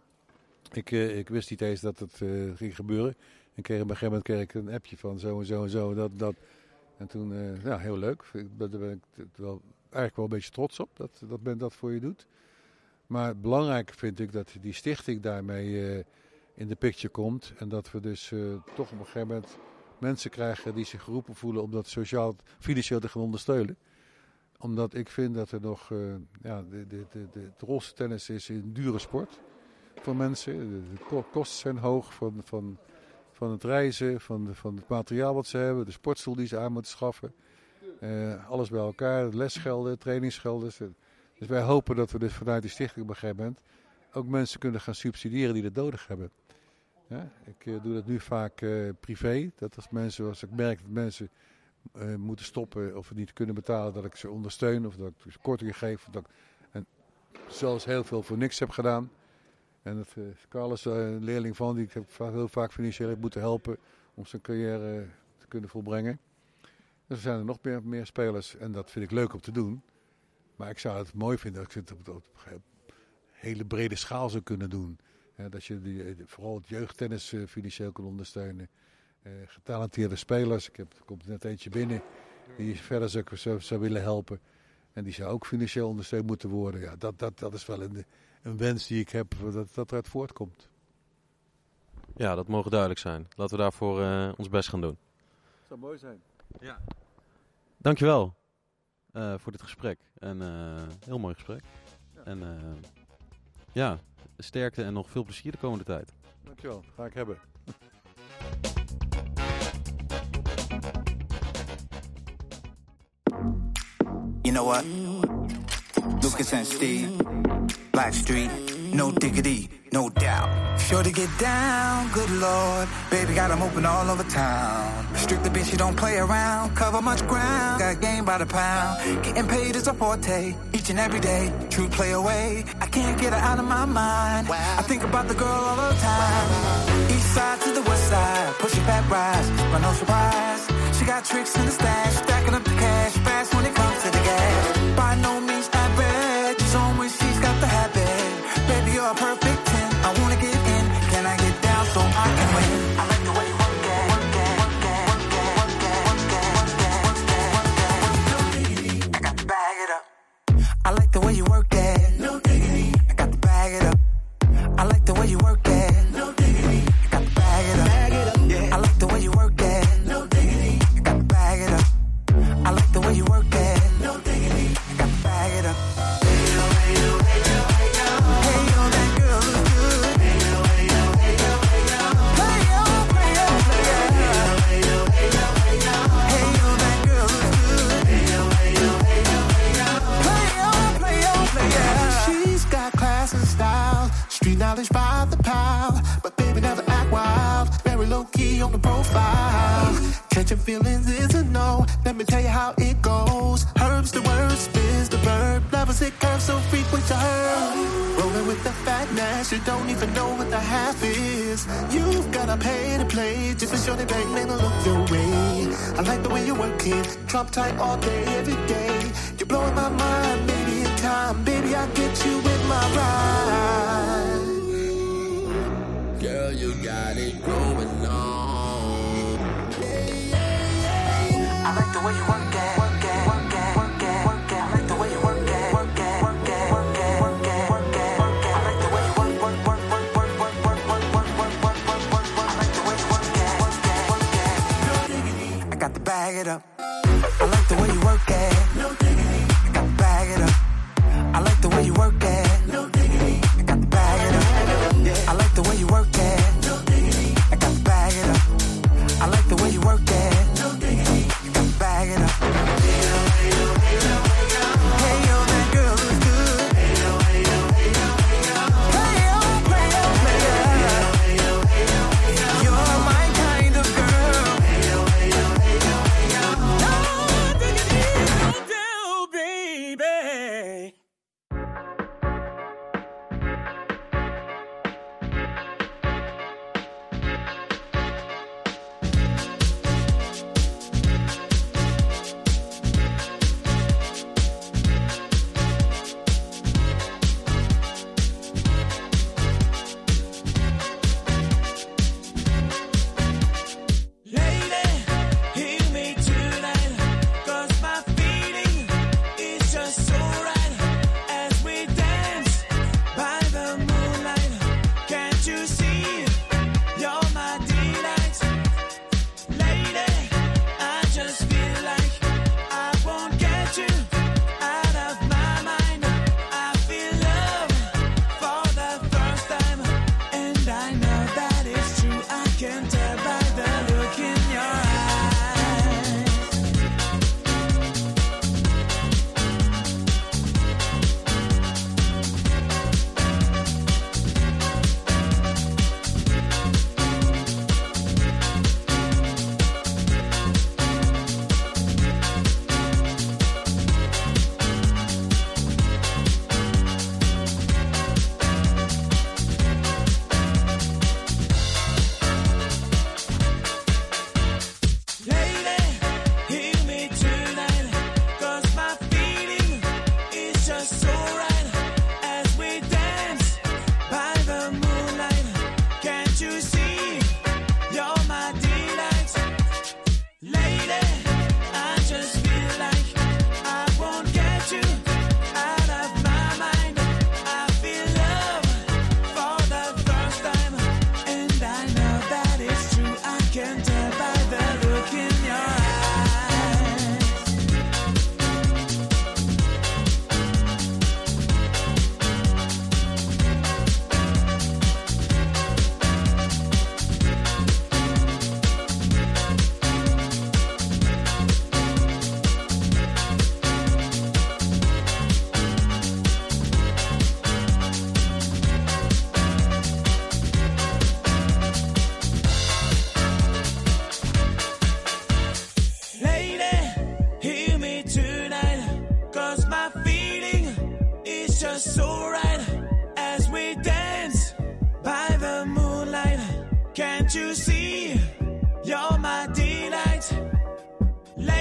Speaker 8: ik, uh, ik wist niet eens dat het uh, ging gebeuren. En kreeg, op een gegeven moment kreeg ik een appje van zo en zo en zo. Dat, dat. En toen, uh, ja, heel leuk. Daar ben ik wel, eigenlijk wel een beetje trots op dat, dat men dat voor je doet. Maar belangrijk vind ik dat die stichting daarmee uh, in de picture komt. En dat we dus uh, toch op een gegeven moment mensen krijgen die zich geroepen voelen om dat sociaal, financieel te gaan ondersteunen. Omdat ik vind dat er nog, uh, ja, de, de, de, de, het rolstennis is een dure sport voor mensen. De, de kosten zijn hoog van, van, van het reizen, van, de, van het materiaal wat ze hebben, de sportstoel die ze aan moeten schaffen. Uh, alles bij elkaar, lesgelden, trainingsgelden. Dus wij hopen dat we dus vanuit die stichting op een gegeven moment ook mensen kunnen gaan subsidiëren die dat nodig hebben. Ja, ik uh, doe dat nu vaak uh, privé. Dat als mensen, als ik merk dat mensen uh, moeten stoppen of niet kunnen betalen, dat ik ze ondersteun of dat ik ze kortingen geef. Of dat ik, en zelfs heel veel voor niks heb gedaan. En dat uh, Carlos, uh, een leerling van, die ik heb heel vaak financieel heb moeten helpen om zijn carrière te kunnen volbrengen. Dus er zijn er nog meer, meer spelers en dat vind ik leuk om te doen. Maar ik zou het mooi vinden dat ik het op, op, op een hele brede schaal zou kunnen doen. He, dat je die, vooral het jeugdtennis uh, financieel kan ondersteunen. Uh, getalenteerde spelers. Ik heb, er komt net eentje binnen die verder zou, zou, zou willen helpen. En die zou ook financieel ondersteund moeten worden. Ja, dat, dat, dat is wel een, een wens die ik heb dat, dat eruit voortkomt.
Speaker 2: Ja, dat mogen duidelijk zijn. Laten we daarvoor uh, ons best gaan doen.
Speaker 8: Dat zou mooi zijn.
Speaker 2: Ja. Dankjewel uh, voor dit gesprek. En uh, heel mooi gesprek. Ja. En uh, ja, sterkte en nog veel plezier de komende tijd.
Speaker 8: Dankjewel, ga ik hebben.
Speaker 9: You know what? Lucas and Steve, Blackstreet, no diggity, no doubt. Sure to get down, good lord. Baby got 'em open all over town. Strictly bitch, you don't play around. Cover much ground, got game by the pound. Getting paid is a forte, each and every day. True play away, I can't get her out of my mind. I think about the girl all the time. East side to the west side, pushing back rise, but no surprise. She got tricks in the stash, stacking up the cash, fast when it comes to the gas. By no means average, it's on when she's got the habit. Baby, you're a perfect ten, I wanna get in. Can I get down so I can win? I like the way you work it, work it, work it, work it, work it, work it, work it, work it, work it. I got to bag it up. I like the way you work it. No diggity. I got to bag it up. I like the way you work it. No diggity. I got to bag it up. Bag it up. Yeah. I like the way you work it. No diggity. I got to bag it up. I like the way you work it. No diggity. I got to bag it up. Hey yo, hey yo, hey yo, hey yo. Hey yo, that girl looks good. Hey yo, hey yo, hey yo, hey yo. Play yo, play yo, play yo. Hey yo, hey yo, hey yo, hey yo. Hey yo, that girl looks good. Hey yo, hey yo, hey yo, hey yo. Play yo, play yo, play yo. She's got class and style, street knowledge by the pound. But baby never act wild, very low key on the profile. Catching feelings is a no. Let me tell you how it goes. Herbs the word, spins the verb. Levels it curves so frequent to her. Rolling with the fatness, you don't even know what the half is. You've gotta pay to play just to show the bank man to look your way. I like the way you work it, Trump tight all day, every day. You're blowing my mind, baby, in time. Baby, I get you with my ride.
Speaker 7: Girl, you got it going on.
Speaker 9: I like the way you work it, work it, work it, work it.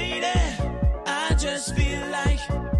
Speaker 7: lady. I just feel like